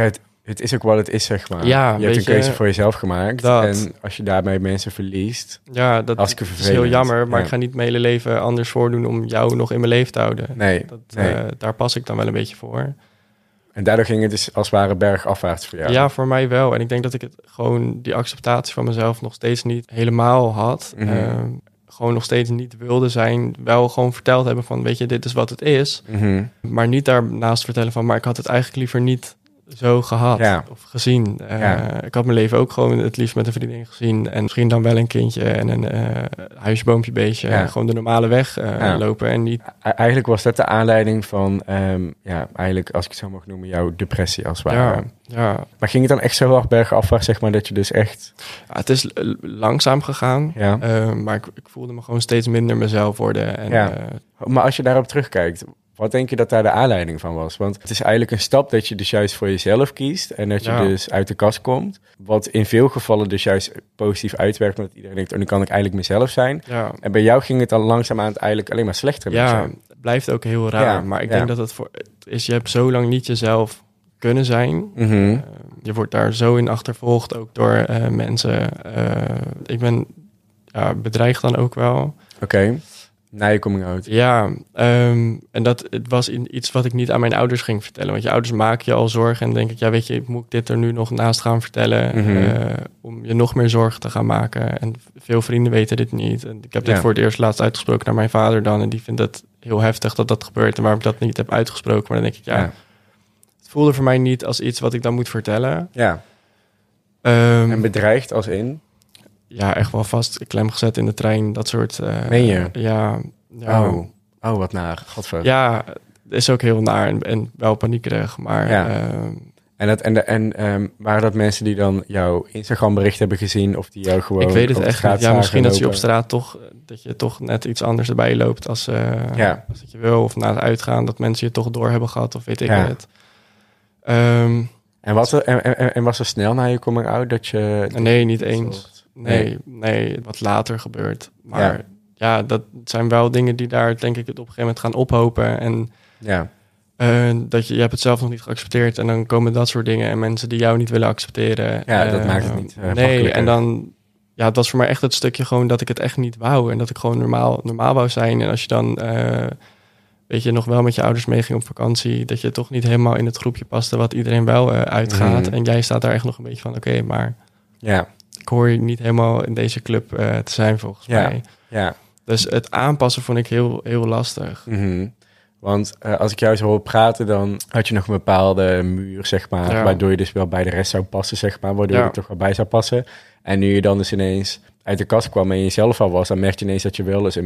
het is ook wat het is, zeg maar. Ja, je hebt een keuze voor jezelf gemaakt. Dat. En als je daarbij mensen verliest, ja, dat is heel jammer. Maar ik ga niet mijn hele leven anders voordoen om jou nog in mijn leven te houden. Nee. Daar pas ik dan wel een beetje voor. En daardoor ging het dus als het ware bergafwaarts voor jou. Ja, voor mij wel. En ik denk dat ik het gewoon die acceptatie van mezelf nog steeds niet helemaal had. Mm-hmm. Gewoon nog steeds niet wilde zijn. Wel gewoon verteld hebben van, weet je, dit is wat het is. Mm-hmm. Maar niet daarnaast vertellen van, maar ik had het eigenlijk liever niet zo gehad of gezien. Ik had mijn leven ook gewoon het liefst met een vriendin gezien. En misschien dan wel een kindje en een huisje, boompje, beestje. Ja. Gewoon de normale weg lopen en niet... Eigenlijk was dat de aanleiding van, eigenlijk als ik het zo mag noemen, jouw depressie als het ware. Ja. Maar ging het dan echt zo hard bergafwaarts, zeg maar, dat je dus echt... Ja, het is langzaam gegaan, maar ik voelde me gewoon steeds minder mezelf worden. En, maar als je daarop terugkijkt, wat denk je dat daar de aanleiding van was? Want het is eigenlijk een stap dat je dus juist voor jezelf kiest en dat je dus uit de kast komt. Wat in veel gevallen dus juist positief uitwerkt, omdat iedereen denkt, nu kan ik eigenlijk mezelf zijn. Ja. En bij jou ging het dan langzaamaan het eigenlijk alleen maar slechter met je. Het blijft ook heel raar, maar ik denk dat het is, je hebt zo lang niet jezelf kunnen zijn. Mm-hmm. Je wordt daar zo in achtervolgd, ook door mensen. Ik ben bedreigd dan ook wel. Oké. Na je coming out. Ja, en het was iets wat ik niet aan mijn ouders ging vertellen. Want je ouders maken je al zorgen en denk ik, ja, weet je, moet ik dit er nu nog naast gaan vertellen om je nog meer zorgen te gaan maken. En veel vrienden weten dit niet. En ik heb dit voor het eerst laatst uitgesproken naar mijn vader dan. En die vindt het heel heftig dat dat gebeurt en waarom ik dat niet heb uitgesproken. Maar dan denk ik, het voelde voor mij niet als iets wat ik dan moet vertellen. Ja. En bedreigd als in? Ja, echt wel vast klem gezet in de trein, dat soort... Meen je? Ja. Oh, wat naar. Godver. Ja, het is ook heel naar en wel paniekerig, maar... Waren dat mensen die dan jouw Instagram bericht hebben gezien of die jou gewoon... Ik weet het echt niet. Ja, misschien dat je op straat dat je toch net iets anders erbij loopt als dat je wil. Of na het uitgaan, dat mensen je toch door hebben gehad of weet ik het. En was er snel na je coming out dat je... Nee, niet eens. Nee, wat later gebeurt. Maar dat zijn wel dingen die daar denk ik op een gegeven moment gaan ophopen. En dat je hebt het zelf nog niet geaccepteerd. En dan komen dat soort dingen en mensen die jou niet willen accepteren. Ja, dat maakt het niet nee, en dan... Ja, het was voor mij echt het stukje gewoon dat ik het echt niet wou. En dat ik gewoon normaal wou zijn. En als je dan... weet je, nog wel met je ouders meeging op vakantie... dat je toch niet helemaal in het groepje paste wat iedereen wel uitgaat. En jij staat daar echt nog een beetje van... Oké, maar ik hoor je niet helemaal in deze club te zijn volgens mij. Ja. Dus het aanpassen vond ik heel, heel lastig. Mm-hmm. Want als ik jou zo hoor praten... dan had je nog een bepaalde muur, zeg maar... waardoor je dus wel bij de rest zou passen, zeg maar... waardoor je er toch wel bij zou passen. En nu je dan dus ineens uit de kast kwam... en jezelf al was... dan merk je ineens dat je wel eens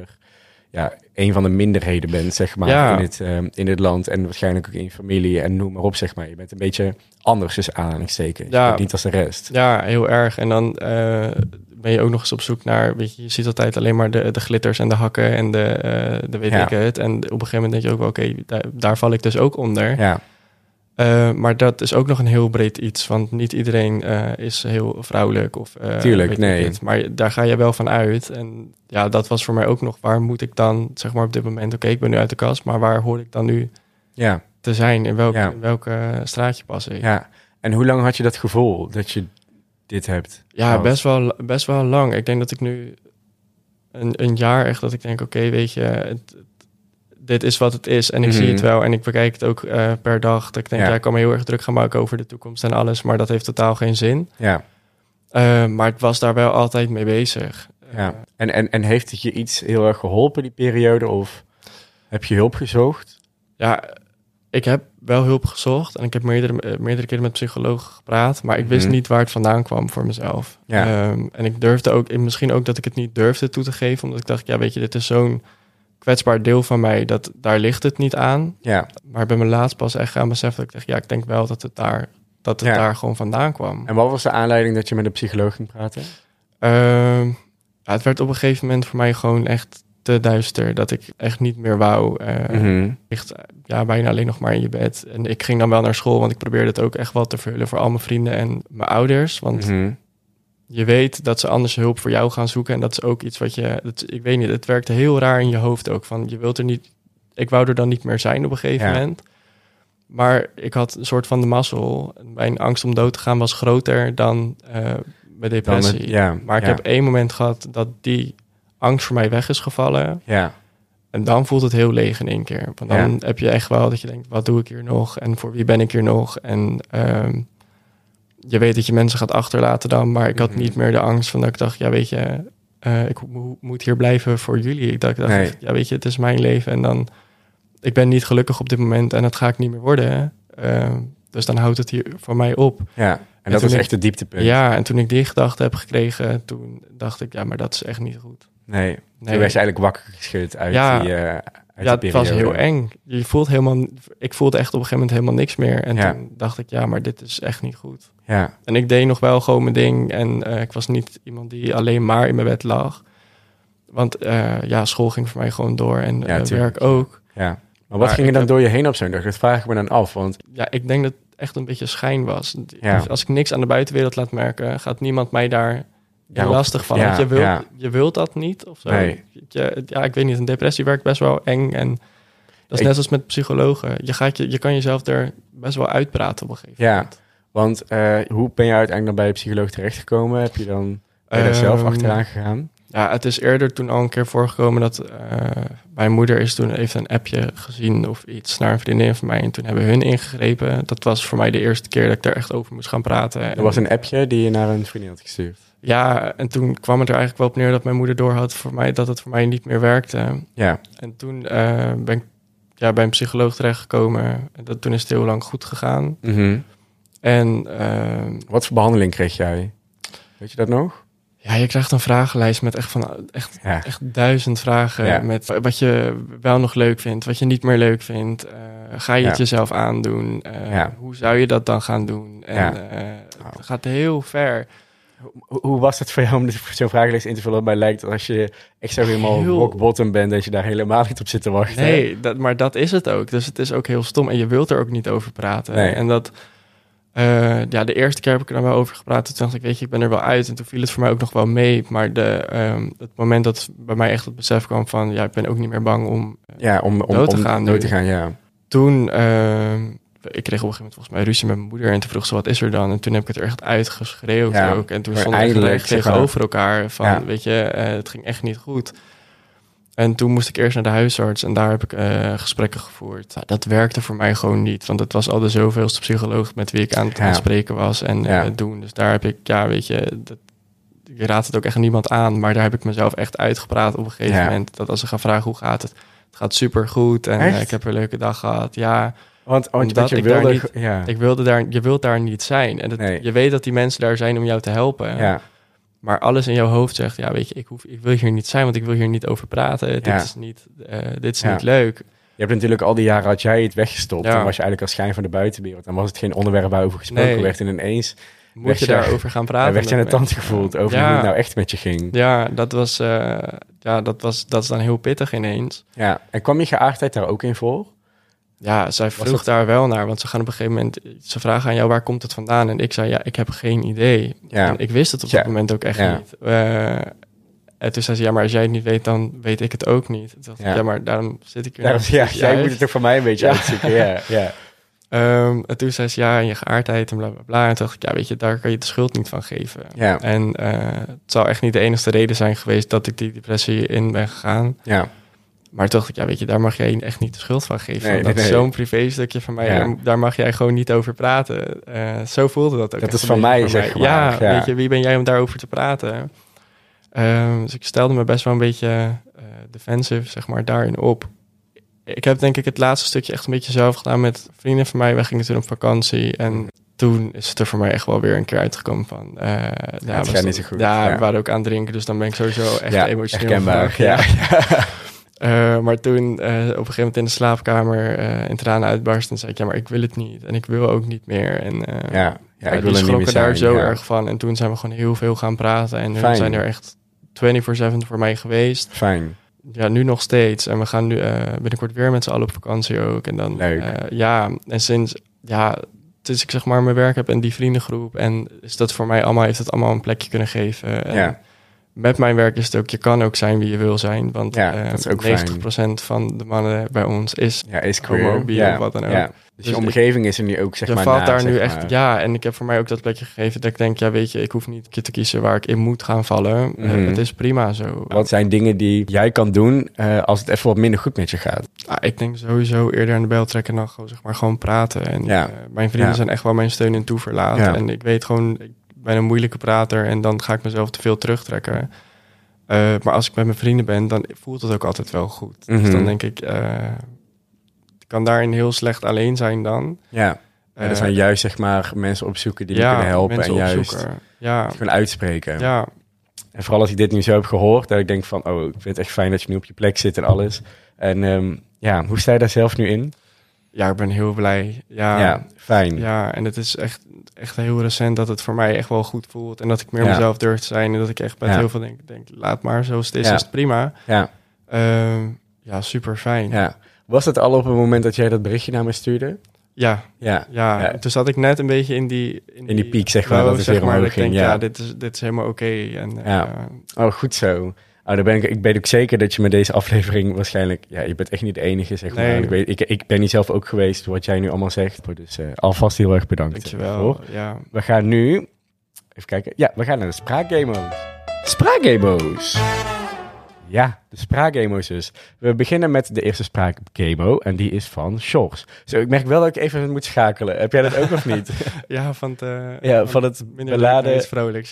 een van de minderheden bent, zeg maar, in het land en waarschijnlijk ook in je familie en noem maar op, zeg maar. Je bent een beetje anders, dus aanhalingstekens. Niet als de rest. Ja, heel erg. En dan ben je ook nog eens op zoek naar, weet je ziet altijd alleen maar de glitters en de hakken en de weet ik het. En op een gegeven moment denk je ook wel, oké, daar val ik dus ook onder. Ja. Maar dat is ook nog een heel breed iets, want niet iedereen is heel vrouwelijk of tuurlijk, nee. Maar daar ga je wel van uit. En ja, dat was voor mij ook nog, waar moet ik dan, zeg maar op dit moment, oké, ik ben nu uit de kast, maar waar hoor ik dan nu te zijn? In welke straatje pas ik? Ja, en hoe lang had je dat gevoel dat je dit hebt? Ja, best wel lang. Ik denk dat ik nu een jaar echt dat ik denk, oké, weet je, dit is wat het is en ik zie het wel en ik bekijk het ook per dag. Dat ik denk, ik kan me heel erg druk gaan maken over de toekomst en alles, maar dat heeft totaal geen zin. Ja. Maar het was daar wel altijd mee bezig. Ja. En heeft het je iets heel erg geholpen, die periode? Of heb je hulp gezocht? Ja, ik heb wel hulp gezocht en ik heb meerdere keren met psychologen gepraat, maar ik wist niet waar het vandaan kwam voor mezelf. Ja. En ik durfde ook, misschien ook dat ik het niet durfde toe te geven, omdat ik dacht, ja, weet je, dit is zo'n kwetsbaar deel van mij, dat daar ligt het niet aan. Ja. Maar ik ben me laatst pas echt gaan beseffen dat ik dacht, ja, ik denk wel dat het daar gewoon vandaan kwam. En wat was de aanleiding dat je met een psycholoog ging praten? Het werd op een gegeven moment voor mij gewoon echt te duister, dat ik echt niet meer wou. Ligt bijna alleen nog maar in je bed. En ik ging dan wel naar school, want ik probeerde het ook echt wel te vullen voor al mijn vrienden en mijn ouders. Want je weet dat ze anders hulp voor jou gaan zoeken. En dat is ook iets wat ik weet niet, het werkte heel raar in je hoofd ook. Van, je wilt er niet, ik wou er dan niet meer zijn op een gegeven moment. Maar ik had een soort van de mazzel. Mijn angst om dood te gaan was groter dan mijn depressie. Maar ik heb 1 moment gehad dat die angst voor mij weg is gevallen. Ja. En dan voelt het heel leeg in 1 keer. Want dan heb je echt wel dat je denkt, wat doe ik hier nog? En voor wie ben ik hier nog? En je weet dat je mensen gaat achterlaten dan. Maar ik had niet meer de angst van dat ik dacht, ja weet je, ik moet hier blijven voor jullie. Ik dacht ja weet je, het is mijn leven. En dan, ik ben niet gelukkig op dit moment en dat ga ik niet meer worden. Dus dan houdt het hier voor mij op. Ja, en dat was echt het dieptepunt. Ja, en toen ik die gedachte heb gekregen, toen dacht ik, ja, maar dat is echt niet goed. Nee. Toen werd je eigenlijk wakker geschud uit die het was heel eng. Je voelt helemaal, ik voelde echt op een gegeven moment helemaal niks meer. En toen dacht ik, ja, maar dit is echt niet goed. Ja. En ik deed nog wel gewoon mijn ding. En ik was niet iemand die alleen maar in mijn bed lag. Want school ging voor mij gewoon door. En werk ook. Ja. Maar wat ging er dan door je heen op zo'n dag? Dat vraag ik me dan af. Want ja, ik denk dat het echt een beetje schijn was. Ja. Als ik niks aan de buitenwereld laat merken, gaat niemand mij daar lastig van. Want je wilt dat niet of zo. Nee. Ik weet niet. Een depressie werkt best wel eng. En dat is net als met psychologen. Je kan jezelf er best wel uitpraten op een gegeven moment. Want hoe ben je uiteindelijk dan bij een psycholoog terechtgekomen? Heb je dan daar zelf achteraan gegaan? Ja, het is eerder toen al een keer voorgekomen dat mijn moeder is toen even een appje gezien of iets naar een vriendin van mij. En toen hebben hun ingegrepen. Dat was voor mij de eerste keer dat ik daar echt over moest gaan praten. Er was een appje die je naar een vriendin had gestuurd? Ja, en toen kwam het er eigenlijk wel op neer dat mijn moeder doorhad voor mij dat het voor mij niet meer werkte. Ja. En toen ben ik bij een psycholoog terechtgekomen. Toen is het heel lang goed gegaan. Mm-hmm. En wat voor behandeling kreeg jij? Weet je dat nog? Ja, je krijgt een vragenlijst met echt 1000 vragen. Ja. Met wat je wel nog leuk vindt, wat je niet meer leuk vindt. Ga je het jezelf aandoen? Hoe zou je dat dan gaan doen? En het gaat heel ver. Hoe was het voor jou om zo'n vragenlijst in te vullen? Mij lijkt als je echt zo helemaal rock bottom bent, dat je daar helemaal niet op zit te wachten. Nee, maar dat is het ook. Dus het is ook heel stom. En je wilt er ook niet over praten. Nee. En dat... de eerste keer heb ik er dan wel over gepraat. Toen dacht ik, weet je, ik ben er wel uit. En toen viel het voor mij ook nog wel mee. Maar het moment dat bij mij echt het besef kwam van... ja, ik ben ook niet meer bang om dood te gaan. Ja. Toen, ik kreeg op een gegeven moment volgens mij ruzie met mijn moeder. En toen vroeg ze, wat is er dan? En toen heb ik het er echt uitgeschreeuwd ook. En toen stonden we tegenover elkaar van, weet je, het ging echt niet goed. En toen moest ik eerst naar de huisarts en daar heb ik gesprekken gevoerd. Nou, dat werkte voor mij gewoon niet, want het was al de zoveelste psycholoog met wie ik aan het spreken was en doen. Dus daar heb ik, weet je, je raadt het ook echt niemand aan, maar daar heb ik mezelf echt uitgepraat op een gegeven moment. Dat als ze gaan vragen, hoe gaat het? Het gaat supergoed en ik heb een leuke dag gehad. Ja, want je wilt daar niet zijn. En je weet dat die mensen daar zijn om jou te helpen. Ja. Maar alles in jouw hoofd zegt, ja, weet je, ik wil hier niet zijn, want ik wil hier niet over praten. Dit is niet leuk. Je hebt natuurlijk al die jaren, had jij het weggestopt. Dan was je eigenlijk als schijn van de buitenwereld. Dan was het geen onderwerp waarover gesproken werd. En ineens moet je daarover gaan praten. Werd je aan de tand gevoeld over hoe het nou echt met je ging. Ja, dat is dan heel pittig ineens. Ja, en kwam je geaardheid daar ook in voor? Ja, zij vroeg daar wel naar, want ze gaan op een gegeven moment... Ze vragen aan jou, waar komt het vandaan? En ik zei, ik heb geen idee. Ja. En ik wist het op dat moment ook echt niet. En toen zei ze, maar als jij het niet weet, dan weet ik het ook niet. Toen dacht ik, maar daarom zit ik hier. Jij moet het toch voor mij een beetje uitzoeken. En toen zei ze, en je geaardheid en bla, bla, bla. En toen dacht ik, weet je, daar kan je de schuld niet van geven. Ja. En het zou echt niet de enige reden zijn geweest dat ik die depressie in ben gegaan. Ja. Maar toen dacht ik, weet je, daar mag jij echt niet de schuld van geven. Dat is zo'n privé stukje van mij. Daar mag jij gewoon niet over praten. Zo voelde dat ook. Dat is van mij, zeg maar. Weet je, wie ben jij om daarover te praten? Dus ik stelde me best wel een beetje defensive, zeg maar, daarin op. Ik heb denk ik het laatste stukje echt een beetje zelf gedaan met vrienden van mij. Wij gingen toen op vakantie en toen is het er voor mij echt wel weer een keer uitgekomen van... het gaat niet zo goed. We waren ook aan het drinken, dus dan ben ik sowieso echt emotioneel. Herkenbaar, maar toen op een gegeven moment in de slaapkamer in tranen uitbarst en zei ik, maar ik wil het niet en ik wil ook niet meer. En ik wil die schrokken daar zo erg van. En toen zijn we gewoon heel veel gaan praten en we zijn er echt 24/7 voor mij geweest. Fijn. Ja, nu nog steeds. En we gaan nu binnenkort weer met z'n allen op vakantie ook. En dan, en sinds ik zeg maar mijn werk heb en die vriendengroep en is dat voor mij allemaal, heeft het allemaal een plekje kunnen geven. En met mijn werk is het ook, je kan ook zijn wie je wil zijn. Want dat is ook 90% van de mannen bij ons is queer. Homo, bi of wat dan ook. Ja. Dus je omgeving is er nu ook, zeg maar, valt daar nu echt... Ja, en ik heb voor mij ook dat plekje gegeven dat ik denk, ja, weet je, ik hoef niet te kiezen waar ik in moet gaan vallen. Het is prima zo. Wat zijn dingen die jij kan doen als het even wat minder goed met je gaat? Ik denk sowieso eerder aan de bel trekken dan gewoon praten. En mijn vrienden zijn echt wel mijn steun en toeverlaat. Ja. En ik weet gewoon, ik ben een moeilijke prater en dan ga ik mezelf te veel terugtrekken. Maar als ik met mijn vrienden ben, dan voelt het ook altijd wel goed. Dus dan denk ik... ik kan daarin heel slecht alleen zijn dan. Ja, er zijn juist, zeg maar, mensen opzoeken die je kunnen helpen. En juist gewoon uitspreken. Ja. En vooral als ik dit nu zo heb gehoord, dat ik denk van... ik vind het echt fijn dat je nu op je plek zit en alles. En hoe sta je daar zelf nu in? Ja, ik ben heel blij. Ja, fijn. Ja, en het is echt heel recent dat het voor mij echt wel goed voelt. En dat ik meer mezelf durf te zijn. En dat ik echt met heel veel denk, laat maar zoals het is, is het prima. Ja, super fijn. Ja. Was dat al op het moment dat jij dat berichtje naar me stuurde? Ja. Toen zat ik net een beetje in die piek, zeg maar, dat is weer omhoog ging. Ja, dit is helemaal oké. Oh, goed zo. Ik weet ook zeker dat je met deze aflevering waarschijnlijk... Ja, je bent echt niet de enige, zeg maar. Nee. Ik ben niet zelf ook geweest, wat jij nu allemaal zegt. Dus alvast heel erg bedankt. Dankjewel, ja. We gaan nu... Even kijken. Ja, we gaan naar de spraakdemo's. Spraakdemo's. Ja, de spraakdemo's dus. We beginnen met de eerste spraakdemo en die is van Sjors. Zo, ik merk wel dat ik even moet schakelen. Heb jij dat ook of niet? Van het beladen... vrolijks,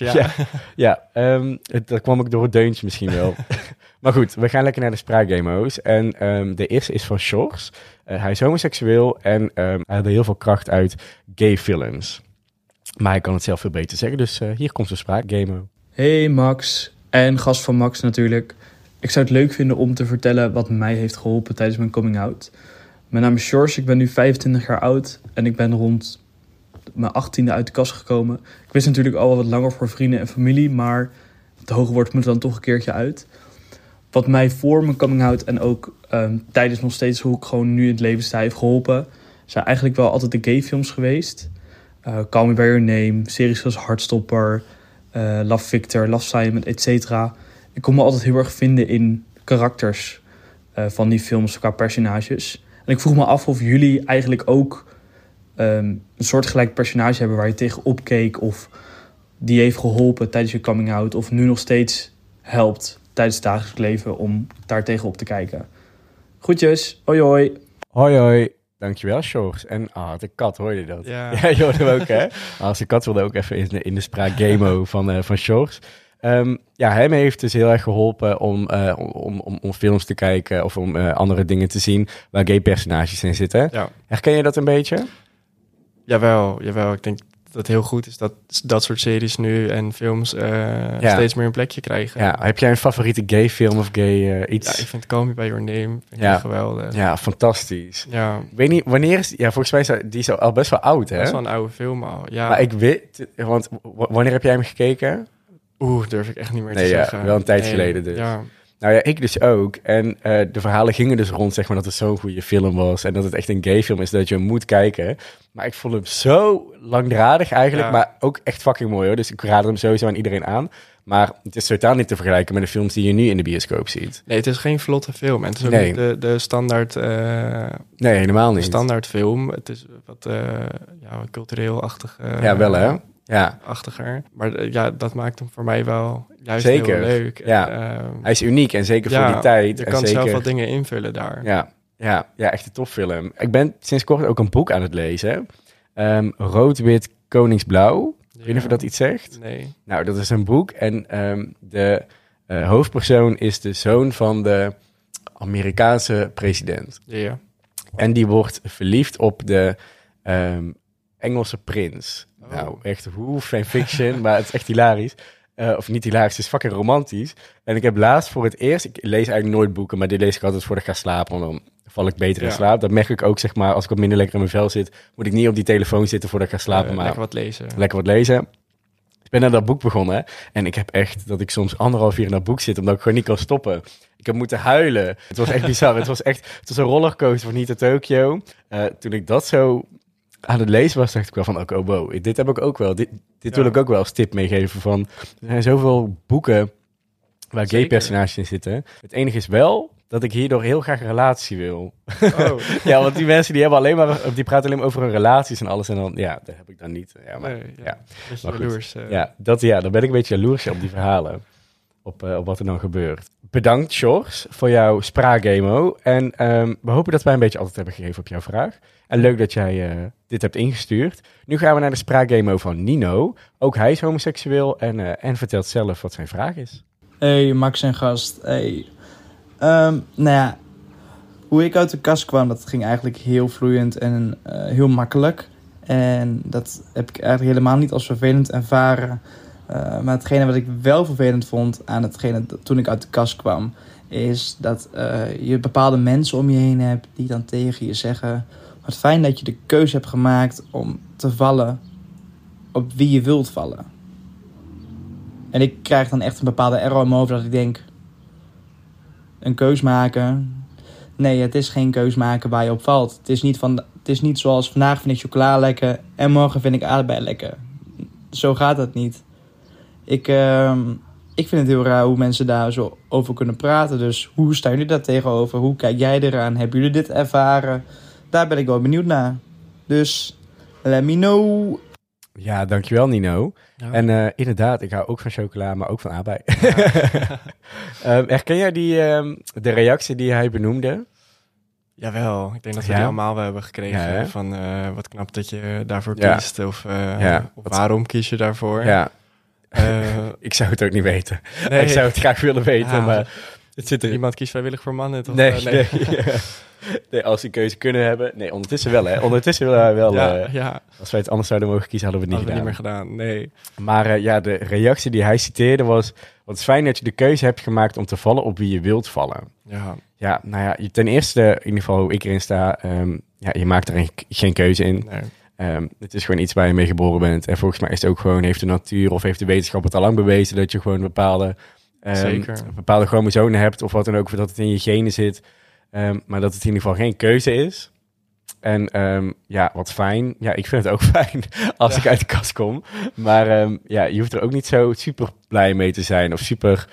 dat kwam ook door het deuntje misschien wel. Maar goed, we gaan lekker naar de spraakdemo's. En de eerste is van Sjors. Hij is homoseksueel en hij haalt heel veel kracht uit gay films. Maar hij kan het zelf veel beter zeggen, dus hier komt de spraakdemo. Hey Max, en gast van Max natuurlijk. Ik zou het leuk vinden om te vertellen wat mij heeft geholpen tijdens mijn coming out. Mijn naam is Sjors, ik ben nu 25 jaar oud en ik ben rond mijn 18e uit de kast gekomen. Ik wist natuurlijk al wat langer voor vrienden en familie, maar het hoge woord moet er dan toch een keertje uit. Wat mij voor mijn coming out en ook tijdens nog steeds hoe ik gewoon nu in het leven sta heeft geholpen, zijn eigenlijk wel altijd de gay films geweest. Call Me By Your Name, series zoals Heartstopper, Love Victor, Love Simon, etc. Ik kon me altijd heel erg vinden in karakters van die films qua personages. En ik vroeg me af of jullie eigenlijk ook een soortgelijk personage hebben waar je tegen opkeek of die heeft geholpen tijdens je coming out of nu nog steeds helpt tijdens het dagelijks leven om daar tegen op te kijken. Groetjes, hoi hoi. Hoi hoi. Dankjewel, Sjors. En de kat, hoorde je dat? Ja, je hoorde hem ook, hè? De kat wilde ook even in de spraakdemo van Sjors. Hem heeft dus heel erg geholpen om films te kijken of om andere dingen te zien waar gay personages in zitten. Ja. Herken je dat een beetje? Jawel. Ik denk dat het heel goed is dat soort series nu en films steeds meer een plekje krijgen. Ja. Heb jij een favoriete gay film of gay iets? Ja, ik vind Call Me By Your Name geweldig. Ja, fantastisch. Ja. Ik weet niet, wanneer is... Ja, volgens mij is die zo al best wel oud, hè? Dat is wel een oude film al, ja. Maar ik weet... Want wanneer heb jij hem gekeken? Durf ik echt niet meer te zeggen. Ja, wel een tijd geleden dus. Ja. Nou ja, ik dus ook. En de verhalen gingen dus rond, zeg maar, dat het zo'n goede film was. En dat het echt een gay film is, dat je hem moet kijken. Maar ik vond hem zo langdradig eigenlijk, maar ook echt fucking mooi, hoor. Dus ik raad hem sowieso aan iedereen aan. Maar het is totaal niet te vergelijken met de films die je nu in de bioscoop ziet. Nee, het is geen vlotte film. En het is ook niet de standaard... nee, helemaal niet. De standaard film. Het is wat cultureel-achtig... ja, wel hè? Ja. Achtiger. Maar dat maakt hem voor mij wel juist zeker. Heel leuk. Ja. Hij is uniek en zeker voor die tijd. Je kan zelf wat dingen invullen daar. Ja, echt een topfilm. Ik ben sinds kort ook een boek aan het lezen. Rood-wit Koningsblauw. Ik weet niet of dat iets zegt. Nee. Nou, dat is een boek en de hoofdpersoon is de zoon van de Amerikaanse president. Ja. En die wordt verliefd op de Engelse prins. Oh. Nou, echt fanfiction, maar het is echt hilarisch. Of niet hilarisch, het is fucking romantisch. En ik heb laatst voor het eerst... Ik lees eigenlijk nooit boeken, maar die lees ik altijd voordat ik ga slapen. Want dan val ik beter in slaap. Dat merk ik ook, zeg maar, als ik wat minder lekker in mijn vel zit... moet ik niet op die telefoon zitten voordat ik ga slapen. Maar Lekker wat lezen. Ik ben naar dat boek begonnen. En ik heb echt dat ik soms 1,5 uur in dat boek zit... omdat ik gewoon niet kan stoppen. Ik heb moeten huilen. Het was echt bizar. Het was een rollercoaster van Niet naar Tokyo. Toen ik dat zo... aan het lezen was, dacht ik wel van, oh wow, dit heb ik ook wel. Dit wil ik ook wel als tip meegeven van, er zijn zoveel boeken waar gay personages in zitten. Het enige is wel dat ik hierdoor heel graag een relatie wil. Oh. Ja, want die mensen die praten alleen maar over hun relaties en alles. En dan, ja, dat heb ik dan niet. Ja, maar, Beetje jaloers. Dan ben ik een beetje jaloers op die verhalen. Op wat er dan gebeurt. Bedankt, Sjors, voor jouw spraakdemo. En we hopen dat wij een beetje antwoord hebben gegeven op jouw vraag. En leuk dat jij dit hebt ingestuurd. Nu gaan we naar de spraakdemo van Nino. Ook hij is homoseksueel en vertelt zelf wat zijn vraag is. Hey, Max en gast. Hey. Hoe ik uit de kast kwam, dat ging eigenlijk heel vloeiend en heel makkelijk. En dat heb ik eigenlijk helemaal niet als vervelend ervaren. Maar hetgene wat ik wel vervelend vond aan hetgene toen ik uit de kast kwam, is dat je bepaalde mensen om je heen hebt die dan tegen je zeggen: wat fijn dat je de keuze hebt gemaakt om te vallen op wie je wilt vallen. En ik krijg dan echt een bepaalde error in mijn hoofd dat ik denk: een keus maken? Nee, het is geen keus maken waar je op valt. Het is niet zoals vandaag vind ik chocola lekker en morgen vind ik aardbei lekker. Zo gaat het niet. Ik vind het heel raar hoe mensen daar zo over kunnen praten. Dus hoe staan jullie daar tegenover? Hoe kijk jij eraan? Hebben jullie dit ervaren? Daar ben ik wel benieuwd naar. Dus, let me know. Ja, dankjewel Nino. Ja. En inderdaad, ik hou ook van chocola, maar ook van aardbei. Ja. Herken jij de reactie die hij benoemde? Jawel, ik denk dat we die allemaal wel hebben gekregen. Ja, van wat knap dat je daarvoor kiest. Of waarom kies je daarvoor? Ja. Ik zou het ook niet weten. Nee. Ik zou het graag willen weten, maar het zit er... Iemand kiest vrijwillig voor mannen, toch? Nee. Nee, als die keuze kunnen hebben. Nee, ondertussen wel, hè. Ondertussen willen wij wel... Als wij het anders zouden mogen kiezen, hadden we het niet gedaan. Nee. Maar de reactie die hij citeerde was: wat fijn dat je de keuze hebt gemaakt om te vallen op wie je wilt vallen. Ja. Ja, nou ja, ten eerste, in ieder geval hoe ik erin sta, je maakt er geen keuze in. Nee. Het is gewoon iets waar je mee geboren bent. En volgens mij is het ook gewoon, heeft de natuur of heeft de wetenschap het al lang bewezen dat je gewoon bepaalde chromosomen hebt of wat dan ook, dat het in je genen zit. Maar dat het in ieder geval geen keuze is. En wat fijn. Ja, ik vind het ook fijn als ik uit de kast kom. Maar je hoeft er ook niet zo super blij mee te zijn. Of super,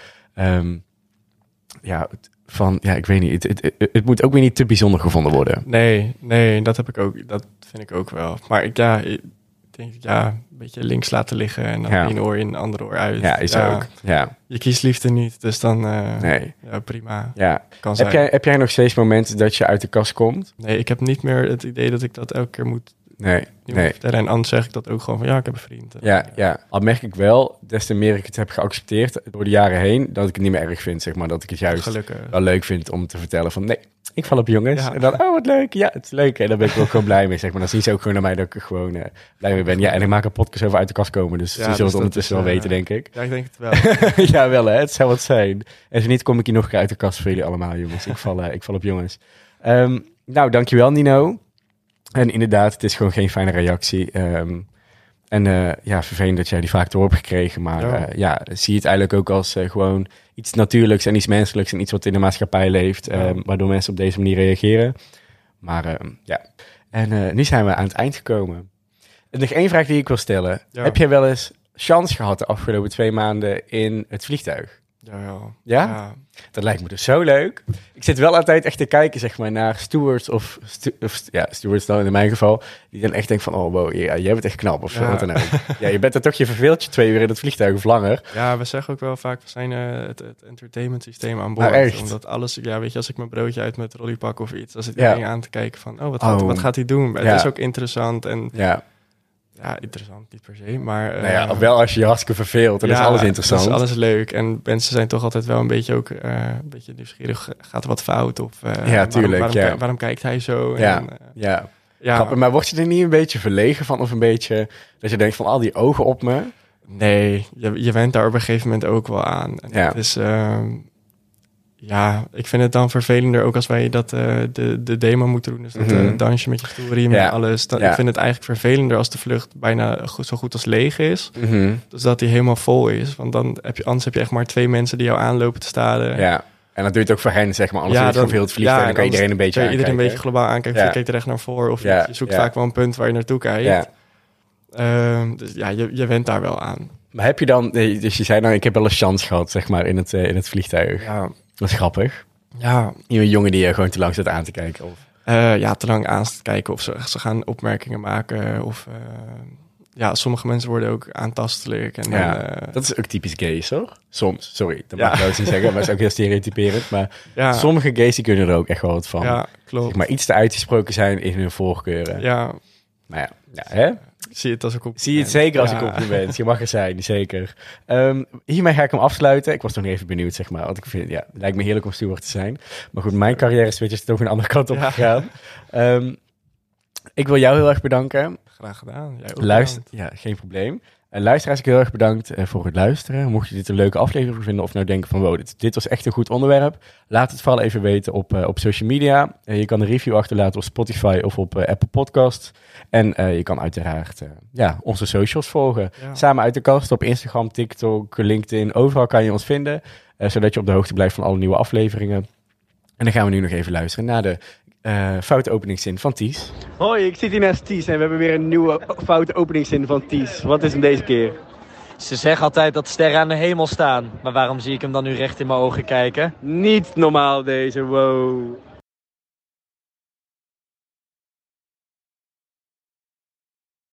ik weet niet. Het moet ook weer niet te bijzonder gevonden worden. Nee, dat vind ik ook wel. Maar ik denk, een beetje links laten liggen en dan één oor in, ander oor uit. Ja, is ook. Ja. Je kiest liefde niet, dus dan prima. Ja. Heb jij nog steeds momenten dat je uit de kast komt? Nee, ik heb niet meer het idee dat ik dat elke keer moet vertellen. En anders zeg ik dat ook gewoon van, ik heb een vriend. Ja. Al merk ik wel, des te meer ik het heb geaccepteerd door de jaren heen, dat ik het niet meer erg vind, zeg maar. Dat ik het juist wel leuk vind om te vertellen van, nee, ik val op jongens. Ja. En dan, wat leuk. Ja, het is leuk. En daar ben ik ook gewoon blij mee, zeg maar. Dan zien ze ook gewoon naar mij dat ik er gewoon blij mee ben. Ja, en ik maak een podcast over uit de kast komen. Dus ze zullen het ondertussen wel weten, denk ik. Ja, ik denk het wel. Ja, wel hè. Het zou wat zijn. En zo niet, kom ik hier nog een keer uit de kast voor jullie allemaal, jongens. Ik val op jongens. Nou, dankjewel Nino. En inderdaad, het is gewoon geen fijne reactie. Vervelend dat jij die vaak te horen hebt gekregen. Maar zie je het eigenlijk ook als gewoon iets natuurlijks en iets menselijks en iets wat in de maatschappij leeft. Waardoor mensen op deze manier reageren. Maar En nu zijn we aan het eind gekomen. En nog één vraag die ik wil stellen. Ja. Heb jij wel eens chance gehad de afgelopen 2 maanden in het vliegtuig? Ja? Dat lijkt me dus zo leuk. Ik zit wel altijd echt te kijken, zeg maar, naar stewards stewards dan in mijn geval, die dan echt denken van, oh wow, jij bent echt knap of wat dan ook. Ja, je bent er toch, je verveelt je 2 uur in het vliegtuig of langer. Ja, we zeggen ook wel vaak, we zijn het entertainment systeem aan boord. Echt? Omdat alles, weet je, als ik mijn broodje uit mijn trolley pak of iets, dan zit iedereen aan te kijken van, wat gaat hij doen? Het is ook interessant en... Ja, interessant, niet per se, maar... wel als je hartstikke verveelt, dan is alles interessant. Dan is alles leuk en mensen zijn toch altijd wel een beetje ook een beetje nieuwsgierig. Gaat er wat fout? Of tuurlijk, waarom kijkt hij zo? Grappig, maar word je er niet een beetje verlegen van? Of een beetje dat je denkt van al die ogen op me? Nee, je went daar op een gegeven moment ook wel aan. En het is... ik vind het dan vervelender ook als wij de demo moeten doen. Dus dat dansje met je stoelriem en alles. Ik vind het eigenlijk vervelender als de vlucht bijna zo goed als leeg is. Mm-hmm. Dus dat die helemaal vol is. Want anders heb je echt maar 2 mensen die jou aanlopen te staren. Ja, en dan doe je het ook voor hen, zeg maar. Anders doe je het veel het vliegtuig en dan kan iedereen een beetje aankijken. Iedereen een beetje globaal aankijken. Je kijkt er echt naar voren. Of je zoekt vaak wel een punt waar je naartoe kijkt. Ja. Dus je went daar wel aan. Maar heb je dan... Dus je zei nou, ik heb wel een chance gehad, zeg maar, in het vliegtuig. Ja. Dat is grappig. Ja. Een jongen die je gewoon te lang zit aan te kijken. Of... te lang aan te kijken of ze gaan opmerkingen maken. Of sommige mensen worden ook aantastelijk. En dat is ook typisch gays, hoor. Soms, sorry, dat mag ik wel eens niet zeggen. Maar dat is ook heel stereotyperend. Maar sommige gays die kunnen er ook echt wel wat van. Ja, klopt. Zeg maar iets te uitgesproken zijn in hun voorkeuren. Ja. Maar hè? Zie je het als een compliment. Zie je het zeker als een compliment. Je mag er zijn, zeker. Hiermee ga ik hem afsluiten. Ik was nog even benieuwd, zeg maar. Want ik vind, het lijkt me heerlijk om steward te zijn. Maar goed, mijn carrière switch is toch een andere kant op gegaan. Ik wil jou heel erg bedanken. Graag gedaan. Jij ook bedankt. Ja, geen probleem. Luisteraars, ik heel erg bedankt voor het luisteren. Mocht je dit een leuke aflevering vinden of nou denken van wow, dit was echt een goed onderwerp. Laat het vooral even weten op social media. Je kan een review achterlaten op Spotify of op Apple Podcasts. En je kan uiteraard onze socials volgen. Ja. Samen uit de kast op Instagram, TikTok, LinkedIn. Overal kan je ons vinden. Zodat je op de hoogte blijft van alle nieuwe afleveringen. En dan gaan we nu nog even luisteren naar de foute openingszin van Ties. Hoi, ik zit hier naast Ties en we hebben weer een nieuwe foute openingszin van Ties. Wat is hem deze keer? Ze zeggen altijd dat sterren aan de hemel staan. Maar waarom zie ik hem dan nu recht in mijn ogen kijken? Niet normaal deze, wow.